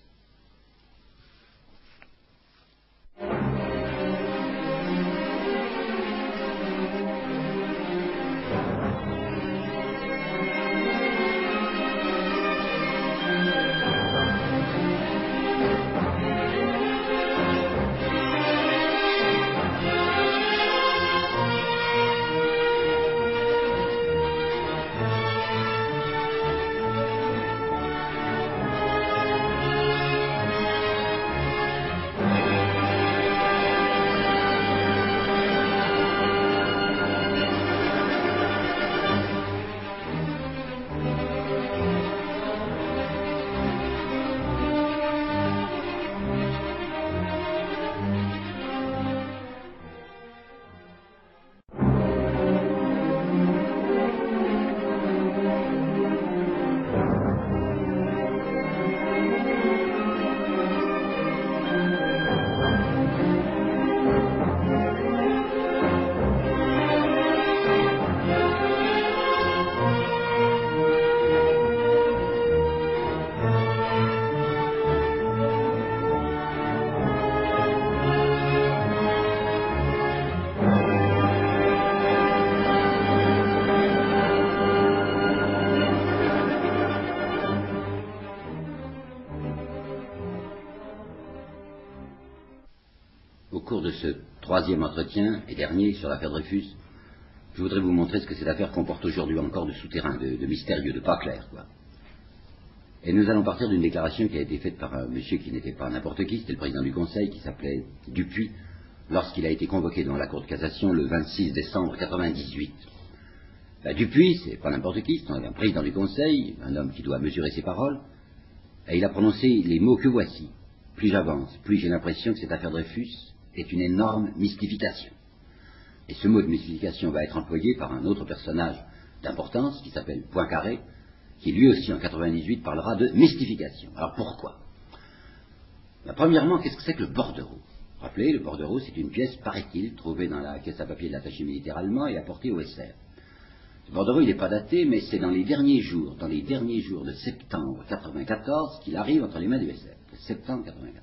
au cours de ce troisième entretien et dernier sur l'affaire Dreyfus, je voudrais vous montrer ce que cette affaire comporte aujourd'hui encore de souterrain, de, de mystérieux, de pas clair, quoi. Et nous allons partir d'une déclaration qui a été faite par un monsieur qui n'était pas n'importe qui, c'était le président du Conseil, qui s'appelait Dupuis, lorsqu'il a été convoqué devant la Cour de cassation le vingt-six décembre quatre-vingt-dix-huit. Ben, Dupuis, c'est pas n'importe qui, c'est un président du Conseil, un homme qui doit mesurer ses paroles, et il a prononcé les mots que voici. Plus j'avance, plus j'ai l'impression que cette affaire Dreyfus est une énorme mystification. Et ce mot de mystification va être employé par un autre personnage d'importance qui s'appelle Poincaré, qui lui aussi en quatre-vingt-dix-huit parlera de mystification. Alors pourquoi? Ben, premièrement, qu'est-ce que c'est que le bordereau? Rappelez, le bordereau, c'est une pièce, paraît-il, trouvée dans la caisse à papier de l'attaché militaire allemand et apportée au S R. Ce bordereau, il n'est pas daté, mais c'est dans les derniers jours, dans les derniers jours de septembre quatre-vingt-quatorze qu'il arrive entre les mains du S R. Septembre quatre-vingt-quatorze.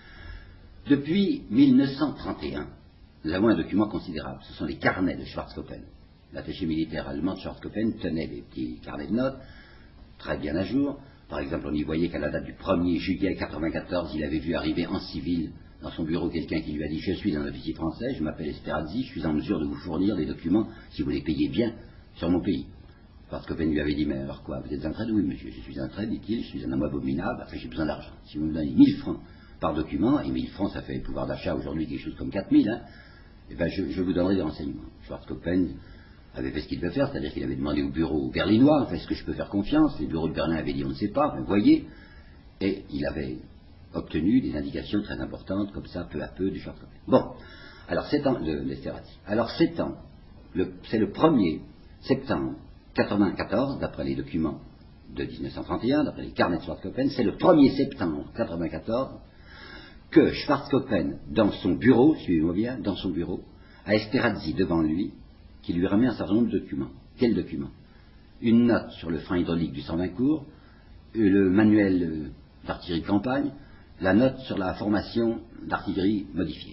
Depuis mille neuf cent trente et un, nous avons un document considérable. Ce sont les carnets de Schwarzkoppen. L'attaché militaire allemand de Schwarzkoppen tenait des petits carnets de notes, très bien à jour. Par exemple, on y voyait qu'à la date du premier juillet quatre-vingt-quatorze, il avait vu arriver en civil dans son bureau quelqu'un qui lui a dit « Je suis un officier français, je m'appelle Esterhazy, je suis en mesure de vous fournir des documents, si vous les payez bien, sur mon pays. » Schwarzkoppen lui avait dit « Mais alors quoi, vous êtes un traître ?»« Oui, monsieur, je suis un traître, dit-il, je suis un homme abominable, enfin j'ai besoin d'argent. Si vous me donnez mille francs par document, et mille francs ça fait le pouvoir d'achat aujourd'hui quelque chose comme quatre mille, hein, eh ben je, je vous donnerai des renseignements. » Schwarzkoppen avait fait ce qu'il devait faire, c'est-à-dire qu'il avait demandé au bureau berlinois, enfin, est-ce que je peux faire confiance? Les bureaux de Berlin avaient dit on ne sait pas, vous voyez, et il avait obtenu des indications très importantes, comme ça, peu à peu, du Schwarzkoppen. Bon, alors sept ans, de l'Esterhazy. Alors sept ans, c'est le premier septembre quatre-vingt-quatorze, d'après les documents de mille neuf cent trente et un, d'après les carnets de Schwarzkoppen, c'est le premier septembre quatre-vingt-quatorze que Schwarzkoppen, dans son bureau, suivez-moi bien, dans son bureau, a Esterhazy devant lui, qui lui remet un certain nombre de documents. Quels documents? Une note sur le frein hydraulique du cent vingt cours, le manuel d'artillerie de campagne, la note sur la formation d'artillerie modifiée.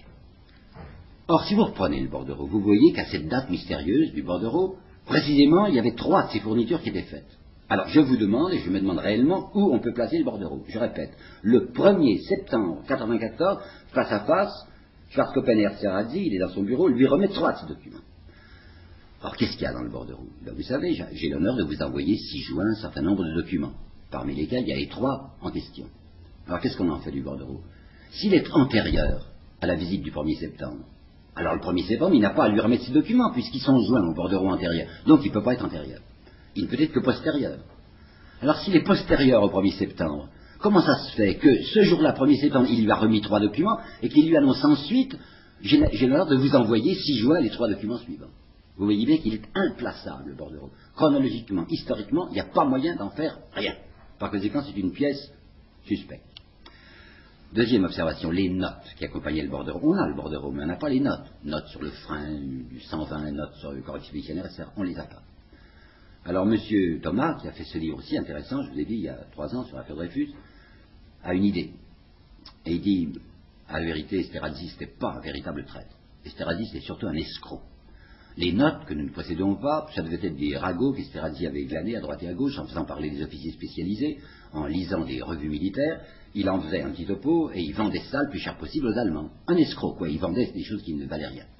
Or, si vous reprenez le bordereau, vous voyez qu'à cette date mystérieuse du bordereau, précisément, il y avait trois de ces fournitures qui étaient faites. Alors, je vous demande, et je me demande réellement, où on peut placer le bordereau. Je répète, le premier septembre quatre-vingt-quatorze, face à face, Schwarzkoppen et Esterhazy, il est dans son bureau, lui remet trois de ces documents. Alors, qu'est-ce qu'il y a dans le bordereau? Ben, vous savez, j'ai l'honneur de vous envoyer six juin un certain nombre de documents, parmi lesquels il y a les trois en question. Alors, qu'est-ce qu'on en fait du bordereau? S'il est antérieur à la visite du premier septembre, alors le premier septembre, il n'a pas à lui remettre ses documents, puisqu'ils sont joints au bordereau antérieur. Donc, il ne peut pas être antérieur. Il ne peut être que postérieur. Alors, s'il est postérieur au premier septembre, comment ça se fait que ce jour-là, premier septembre, il lui a remis trois documents, et qu'il lui annonce ensuite, j'ai l'honneur de vous envoyer six juin les trois documents suivants? Vous voyez bien qu'il est implaçable, le bordereau. Chronologiquement, historiquement, il n'y a pas moyen d'en faire rien. Par conséquent, c'est une pièce suspecte. Deuxième observation, les notes qui accompagnaient le bordereau. On a le bordereau, mais on n'a pas les notes. Notes sur le frein, du cent vingt, notes sur le corps expéditionnaire, et cetera. On ne les a pas. Alors, M. Thomas, qui a fait ce livre aussi intéressant, je vous l'ai dit il y a trois ans sur l'affaire Dreyfus, a une idée. Et il dit, à la vérité, Esterhazy, ce n'était pas un véritable traître. Esterhazy, c'était surtout un escroc. Les notes que nous ne possédons pas, ça devait être des ragots qu'Esterhazy avait glanés à droite et à gauche en faisant parler des officiers spécialisés, en lisant des revues militaires. Il en faisait un petit topo et il vendait ça le plus cher possible aux Allemands. Un escroc, quoi. Il vendait des choses qui ne valaient rien.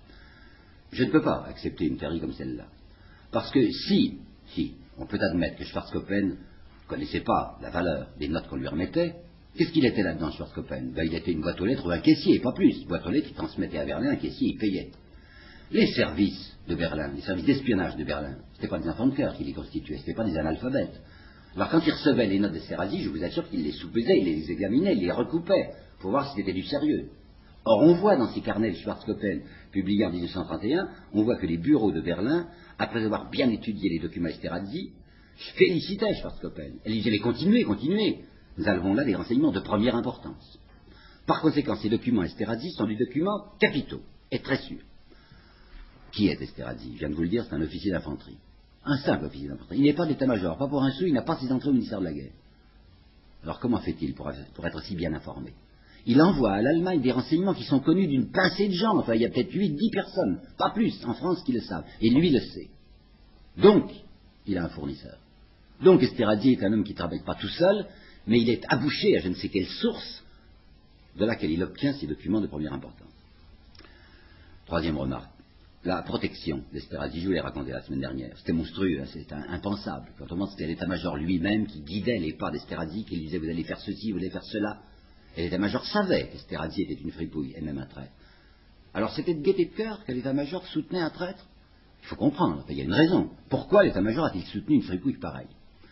Je ne peux pas accepter une théorie comme celle-là. Parce que si, si, on peut admettre que Schwarzkoppen ne connaissait pas la valeur des notes qu'on lui remettait, qu'est-ce qu'il était là-dedans, Schwarzkoppen? Ben, il était une boîte aux lettres ou un caissier, pas plus. Une boîte aux lettres qui transmettait à Berlin, un caissier, il payait. Les services de Berlin, les services d'espionnage de Berlin, ce n'étaient pas des enfants de cœur qui les constituaient, ce n'étaient pas des analphabètes. Alors quand ils recevaient les notes d'Esterhazy, je vous assure qu'ils les sous-pesaient, ils les examinaient, ils les recoupaient, pour voir si c'était du sérieux. Or on voit dans ces carnets de Schwarzkoppen, publiés en mille neuf cent trente et un, on voit que les bureaux de Berlin, après avoir bien étudié les documents Esterhazy, félicitaient Schwarzkoppen. Elles disaient, mais continuez, continuez, nous avons là des renseignements de première importance. Par conséquent, ces documents Esterhazy sont des documents capitaux, et très sûrs. Qui est Esterhazy? Je viens de vous le dire, c'est un officier d'infanterie. Un simple officier d'infanterie. Il n'est pas d'état-major, pas pour un sou, il n'a pas ses entrées au ministère de la Guerre. Alors comment fait-il pour, pour être si bien informé? Il envoie à l'Allemagne des renseignements qui sont connus d'une pincée de gens. Enfin, il y a peut-être huit, dix personnes, pas plus, en France qui le savent. Et lui le sait. Donc, il a un fournisseur. Donc Esterhazy est un homme qui ne travaille pas tout seul, mais il est abouché à je ne sais quelle source de laquelle il obtient ces documents de première importance. Troisième remarque. La protection d'Esterhazy, je vous l'ai raconté la semaine dernière, c'était monstrueux, hein, c'était impensable. Quand on pense que c'était l'état-major lui-même qui guidait les pas d'Esterhazy, qui lui disait vous allez faire ceci, vous allez faire cela. Et l'état-major savait qu'Esterhazy était une fripouille, et même un traître. Alors c'était de gaieté de cœur que l'état-major soutenait un traître. Il faut comprendre, il y a une raison. Pourquoi l'état-major a-t-il soutenu une fripouille pareille?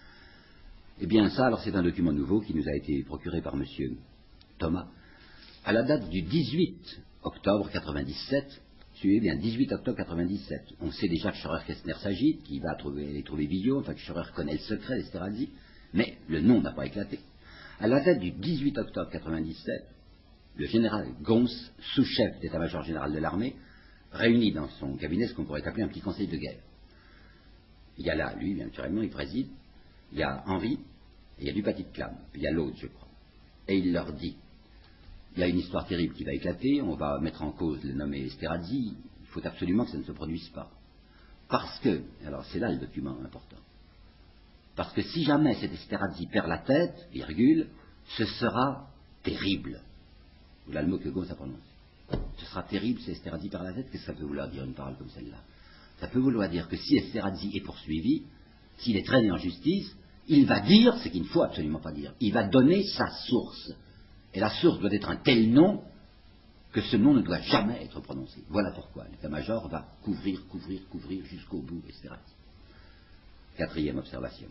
Eh bien ça, alors c'est un document nouveau qui nous a été procuré par monsieur Thomas, à la date du dix-huit octobre quatre-vingt-dix-sept, suivez bien, dix-huit octobre quatre-vingt-dix-sept. On sait déjà que Scheurer-Kestner s'agite, qu'il va trouver, aller trouver Billot, enfin que Scheurer connaît le secret d'Esterhazy, mais le nom n'a pas éclaté. À la date du dix-huit octobre quatre-vingt-dix-sept, le général Gons, sous-chef d'état-major général de l'armée, réunit dans son cabinet ce qu'on pourrait appeler un petit conseil de guerre. Il y a là, lui, bien naturellement, il préside, il y a Henri, et il y a Dupaty de Clam, il y a l'autre, je crois. Et il leur dit, il y a une histoire terrible qui va éclater, on va mettre en cause le nommé Esterhazy, il faut absolument que ça ne se produise pas. Parce que, alors c'est là le document important, parce que si jamais cet Esterhazy perd la tête, virgule, ce sera terrible. Voilà le mot que Gauss a prononcé. Ce sera terrible si Esterhazy perd la tête. Qu'est-ce que ça peut vouloir dire une parole comme celle-là? Ça peut vouloir dire que si Esterhazy est poursuivi, s'il est traîné en justice, il va dire ce qu'il ne faut absolument pas dire. Il va donner sa source. Et la source doit être un tel nom que ce nom ne doit jamais être prononcé. Voilà pourquoi l'état-major va couvrir, couvrir, couvrir jusqu'au bout Esterhazy. Quatrième observation.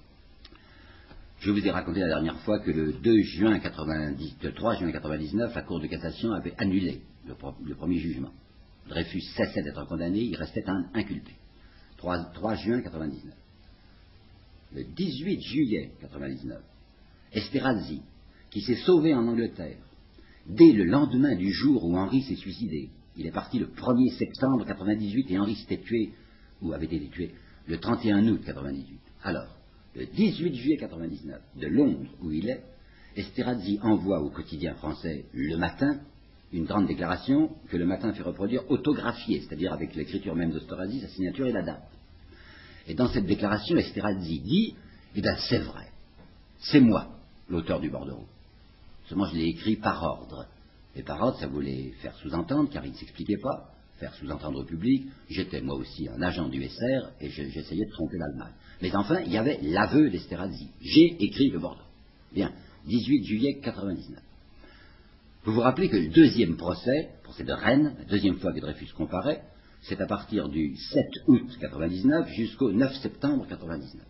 Je vous ai raconté la dernière fois que le deux juin quatre-vingt-dix, le trois juin quatre-vingt-dix-neuf, la Cour de cassation avait annulé le, le premier jugement. Dreyfus cessait d'être condamné, il restait un inculpé. trois juin quatre-vingt-dix-neuf. Le dix-huit juillet quatre-vingt-dix-neuf, Esterhazy, qui s'est sauvé en Angleterre, dès le lendemain du jour où Henri s'est suicidé, il est parti le premier septembre quatre-vingt-dix-huit et Henri s'était tué, ou avait été tué, le trente et un août quatre-vingt-dix-huit. Alors, le dix-huit juillet quatre-vingt-dix-neuf, de Londres où il est, Esterhazy envoie au quotidien français Le Matin une grande déclaration que Le Matin fait reproduire autographiée, c'est-à-dire avec l'écriture même d'Esterhazy, sa signature et la date. Et dans cette déclaration, Esterhazy dit, eh bien c'est vrai, c'est moi l'auteur du bordereau. Seulement je l'ai écrit par ordre. Et par ordre, ça voulait faire sous-entendre, car il ne s'expliquait pas, faire sous-entendre au public, j'étais moi aussi un agent du S R et j'essayais de tromper l'Allemagne. Mais enfin, il y avait l'aveu d'Esterhazy. J'ai écrit le bordereau. Bien, dix-huit juillet quatre-vingt-dix-neuf. Vous vous rappelez que le deuxième procès, procès de Rennes, la deuxième fois que Dreyfus comparaît, c'est à partir du sept août quatre-vingt-dix-neuf jusqu'au neuf septembre quatre-vingt-dix-neuf.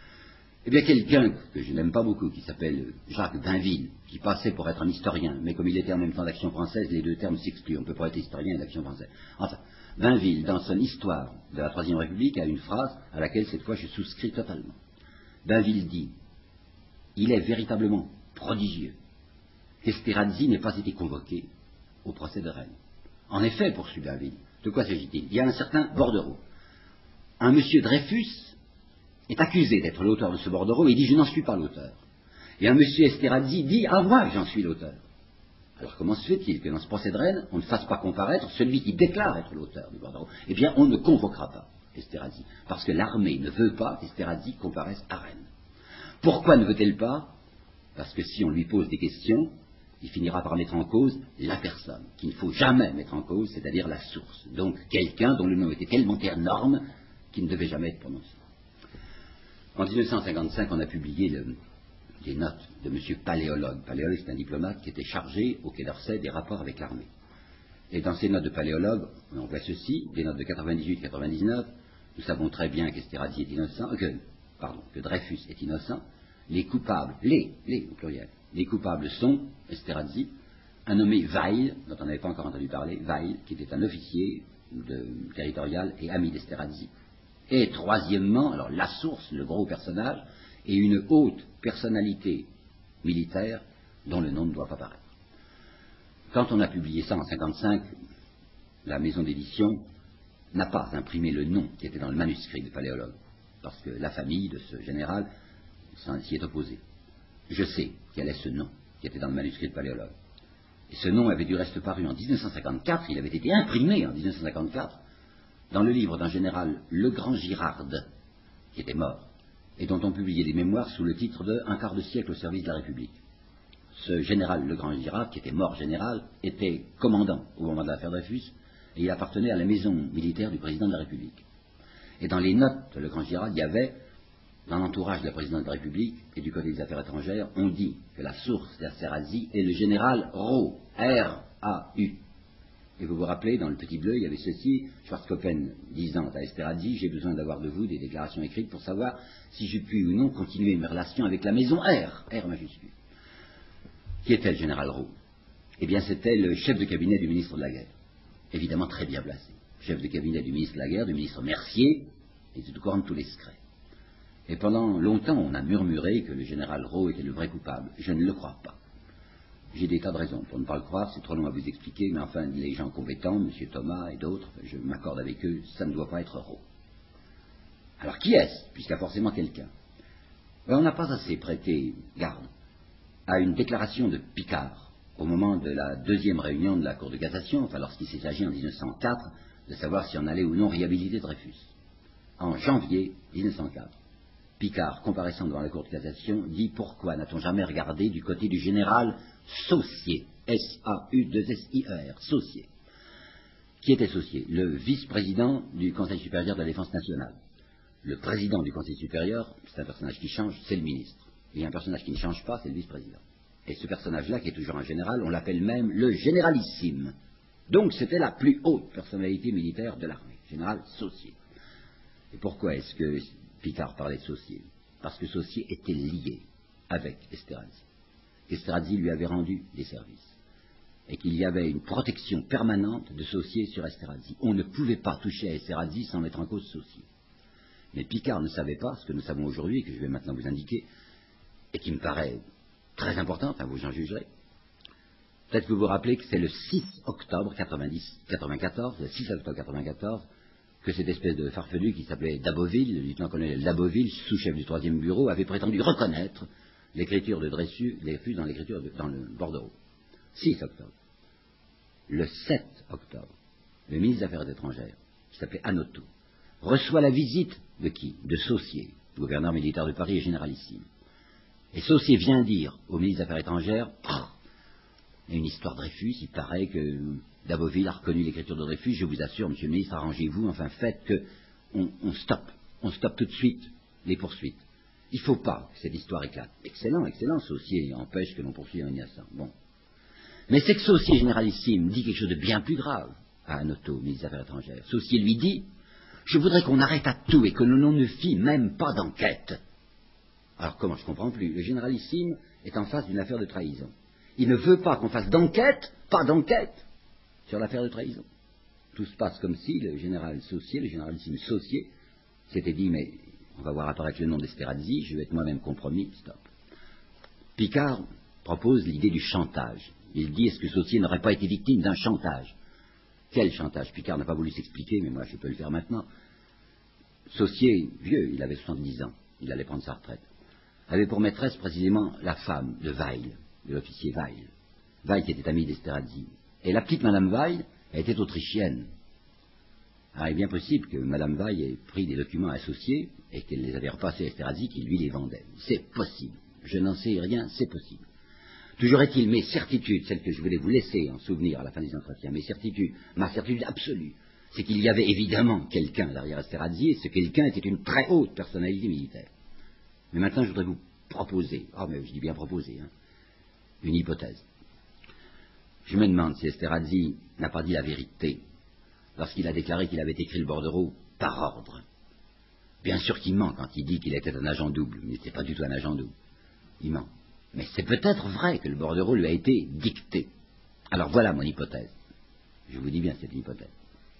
Eh bien, quelqu'un que je n'aime pas beaucoup, qui s'appelle Jacques Bainville, qui passait pour être un historien, mais comme il était en même temps d'Action française, les deux termes s'excluent. On ne peut pas être historien et d'Action française. Enfin, Bainville, dans son histoire de la Troisième République, a une phrase à laquelle, cette fois, je souscris totalement. Bainville dit « Il est véritablement prodigieux qu'Esterhazy n'ait pas été convoqué au procès de Rennes. » En effet, poursuit Bainville, de quoi s'agit-il? Il y a un certain bordereau. Un monsieur Dreyfus est accusé d'être l'auteur de ce bordereau et il dit « Je n'en suis pas l'auteur ». Et un monsieur Esterhazy dit « À moi que j'en suis l'auteur ». Alors comment se fait-il que dans ce procès de Rennes, on ne fasse pas comparaître celui qui déclare être l'auteur du bordereau? Eh bien, on ne convoquera pas Esterhazy, parce que l'armée ne veut pas qu'Esterhazy comparaisse à Rennes. Pourquoi ne veut-elle pas? Parce que si on lui pose des questions, il finira par mettre en cause la personne, qu'il ne faut jamais mettre en cause, c'est-à-dire la source. Donc quelqu'un dont le nom était tellement énorme qu'il ne devait jamais être prononcé. En mille neuf cent cinquante-cinq, on a publié le, les notes de M. Paléologue. Paléologue, c'est un diplomate qui était chargé au Quai d'Orsay des rapports avec l'armée. Et dans ces notes de Paléologue, on voit ceci, des notes de quatre-vingt-dix-huit quatre-vingt-dix-neuf, nous savons très bien qu'Esterhazy est innocent, que, pardon, que Dreyfus est innocent, les coupables, les, les, au pluriel, les coupables sont Esterhazy, un nommé Weil, dont on n'avait pas encore entendu parler, Weil, qui était un officier de, territorial et ami d'Esterhazy. Et troisièmement, alors la source, le gros personnage, est une haute personnalité militaire dont le nom ne doit pas paraître. Quand on a publié ça en cinquante-cinq, la maison d'édition n'a pas imprimé le nom qui était dans le manuscrit de Paléologue, parce que la famille de ce général s'y est opposée. Je sais quel est ce nom qui était dans le manuscrit de Paléologue. Et ce nom avait du reste paru en mille neuf cent cinquante-quatre, il avait été imprimé en mille neuf cent cinquante-quatre, dans le livre d'un général Legrand Girard, qui était mort, et dont on publiait des mémoires sous le titre de « Un quart de siècle au service de la République ». Ce général Legrand Girard, qui était mort général, était commandant au moment de l'affaire Dreyfus, et il appartenait à la maison militaire du président de la République. Et dans les notes de Le Grand Girard, il y avait, dans l'entourage de la présidente de la République et du Côté des Affaires étrangères, on dit que la source d'Esterhazy est le général Rau, R A U. Et vous vous rappelez, dans le petit bleu, il y avait ceci, Schwarzkopf disant à Esterhazy, j'ai besoin d'avoir de vous des déclarations écrites pour savoir si je puis ou non continuer mes relations avec la maison R, R majuscule. Qui était le général Rau? Eh bien, c'était le chef de cabinet du ministre de la Guerre. Évidemment très bien placé. Chef de cabinet du ministre de la Guerre, du ministre Mercier, et tout au courant de tous les secrets. Et pendant longtemps, on a murmuré que le général Rau était le vrai coupable. Je ne le crois pas. J'ai des tas de raisons pour ne pas le croire, c'est trop long à vous expliquer, mais enfin, les gens compétents, M. Thomas et d'autres, je m'accorde avec eux, ça ne doit pas être Rau. Alors qui est-ce? Puisqu'il y a forcément quelqu'un. Ben, on n'a pas assez prêté garde à une déclaration de Picard, au moment de la deuxième réunion de la Cour de cassation, enfin lorsqu'il s'est agi en mille neuf cent quatre, de savoir si on allait ou non réhabiliter Dreyfus. En janvier mille neuf cent quatre. Picard, comparaissant devant la Cour de cassation, dit « Pourquoi n'a-t-on jamais regardé du côté du général Saussier, S A U deux S I E R, Saussier ?» Qui était Saussier? Le vice-président du Conseil supérieur de la défense nationale. Le président du Conseil supérieur, c'est un personnage qui change, c'est le ministre. Il y a un personnage qui ne change pas, c'est le vice-président. Et ce personnage-là, qui est toujours un général, on l'appelle même le généralissime. Donc c'était la plus haute personnalité militaire de l'armée, général Saussier. Et pourquoi est-ce que Picard parlait de Saussier? Parce que Saussier était lié avec Esterhazy. Esterhazy lui avait rendu des services. Et qu'il y avait une protection permanente de Saussier sur Esterhazy. On ne pouvait pas toucher à Esterhazy sans mettre en cause Saussier. Mais Picard ne savait pas ce que nous savons aujourd'hui, et que je vais maintenant vous indiquer, et qui me paraît très important, enfin vous en jugerez. Peut-être que vous vous rappelez que c'est le six octobre quatre-vingt-quatorze, le six octobre quatre-vingt-quatorze, que cette espèce de farfelu qui s'appelait Daboville, le lieutenant-colonel Daboville, sous-chef du troisième bureau, avait prétendu reconnaître l'écriture de Dreyfus dans l'écriture dans le bordereau. six octobre. Le sept octobre, le ministre des Affaires étrangères, qui s'appelait Hanoteau, reçoit la visite de qui? De Saussier, gouverneur militaire de Paris et généralissime. Et Saussier vient dire au ministre des Affaires étrangères, il y a une histoire Dreyfus, il paraît que Daboville a reconnu l'écriture de Dreyfus, je vous assure, monsieur le ministre, arrangez-vous, enfin faites que on, on stoppe, on stoppe tout de suite les poursuites. Il ne faut pas que cette histoire éclate. Excellent, excellent, Saussier empêche que l'on poursuive un innocent. Bon. Mais c'est que Saussier, généralissime, dit quelque chose de bien plus grave à Hanoteau, ministre des Affaires étrangères. Saussier lui dit, je voudrais qu'on arrête à tout et que l'on ne fit même pas d'enquête. Alors comment, je ne comprends plus. Le généralissime est en face d'une affaire de trahison. Il ne veut pas qu'on fasse d'enquête, pas d'enquête, sur l'affaire de trahison. Tout se passe comme si le général Saussier, le généralissime Saussier, s'était dit, mais on va voir apparaître le nom d'Esterhazy, je vais être moi-même compromis, stop. Picard propose l'idée du chantage. Il dit, est-ce que Saussier n'aurait pas été victime d'un chantage? Quel chantage? Picard n'a pas voulu s'expliquer, mais moi je peux le faire maintenant. Saussier, vieux, il avait soixante-dix ans, il allait prendre sa retraite, avait pour maîtresse précisément la femme de Weil, de l'officier Weil. Weil qui était ami d'Esterhazy. Et la petite Madame Weil, elle était autrichienne. Alors il est bien possible que Madame Weil ait pris des documents associés et qu'elle les avait repassés à Esterhazy qui lui les vendait. C'est possible. Je n'en sais rien, c'est possible. Toujours est-il, mes certitudes, celles que je voulais vous laisser en souvenir à la fin des entretiens, mes certitudes, ma certitude absolue, c'est qu'il y avait évidemment quelqu'un derrière Esterhazy, et ce quelqu'un était une très haute personnalité militaire. Mais maintenant, je voudrais vous proposer, ah oh, mais je dis bien proposer, hein, une hypothèse. Je me demande si Esterhazy n'a pas dit la vérité lorsqu'il a déclaré qu'il avait écrit le bordereau par ordre. Bien sûr qu'il ment quand il dit qu'il était un agent double, mais il n'était pas du tout un agent double. Il ment. Mais c'est peut-être vrai que le bordereau lui a été dicté. Alors voilà mon hypothèse. Je vous dis bien, c'est une hypothèse.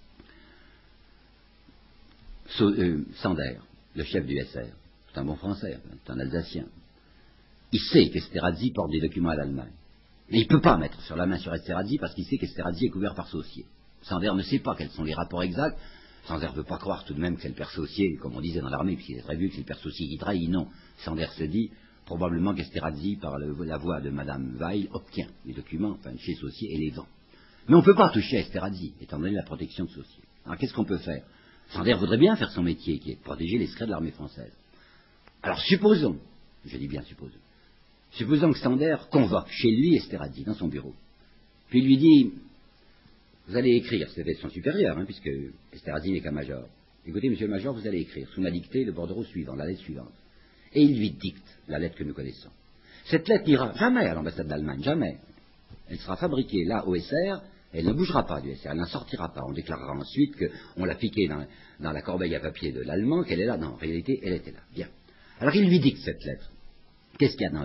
So, euh, Sander, le chef du S R, c'est un bon français, c'est un Alsacien. Il sait qu'Esterhazy porte des documents à l'Allemagne. Mais il ne peut pas mettre sur la main sur Esterhazy parce qu'il sait qu'Esterhazy est couvert par Saussier. Sander ne sait pas quels sont les rapports exacts. Sander ne veut pas croire tout de même que c'est le père Saussier, comme on disait dans l'armée, puisqu'il est très vu que c'est le père Saussier qui trahit. Non. Sander se dit probablement qu'Esterhazy, par le, la voix de Madame Weil, obtient les documents, enfin chez Saussier, et les vend. Mais on ne peut pas toucher à Esterhazy, étant donné la protection de Saussier. Alors qu'est-ce qu'on peut faire? Sander voudrait bien faire son métier, qui est de protéger les secrets de l'armée française. Alors supposons, je dis bien supposons, supposons que Sander convoque chez lui Esterhazy dans son bureau. Puis il lui dit, vous allez écrire, c'était son supérieur, hein, puisque Esterhazy n'est qu'un major. Écoutez, monsieur le major, vous allez écrire, sous ma dictée, le bordereau suivant, la lettre suivante. Et il lui dicte la lettre que nous connaissons. Cette lettre n'ira jamais à l'ambassade d'Allemagne, jamais. Elle sera fabriquée là, au S R, elle ne bougera pas du S R, elle n'en sortira pas. On déclarera ensuite qu'on l'a piquée dans, dans la corbeille à papier de l'Allemand, qu'elle est là. Non, en réalité, elle était là. Bien. Alors il lui dicte cette lettre. Qu'est-ce qu'il y a dans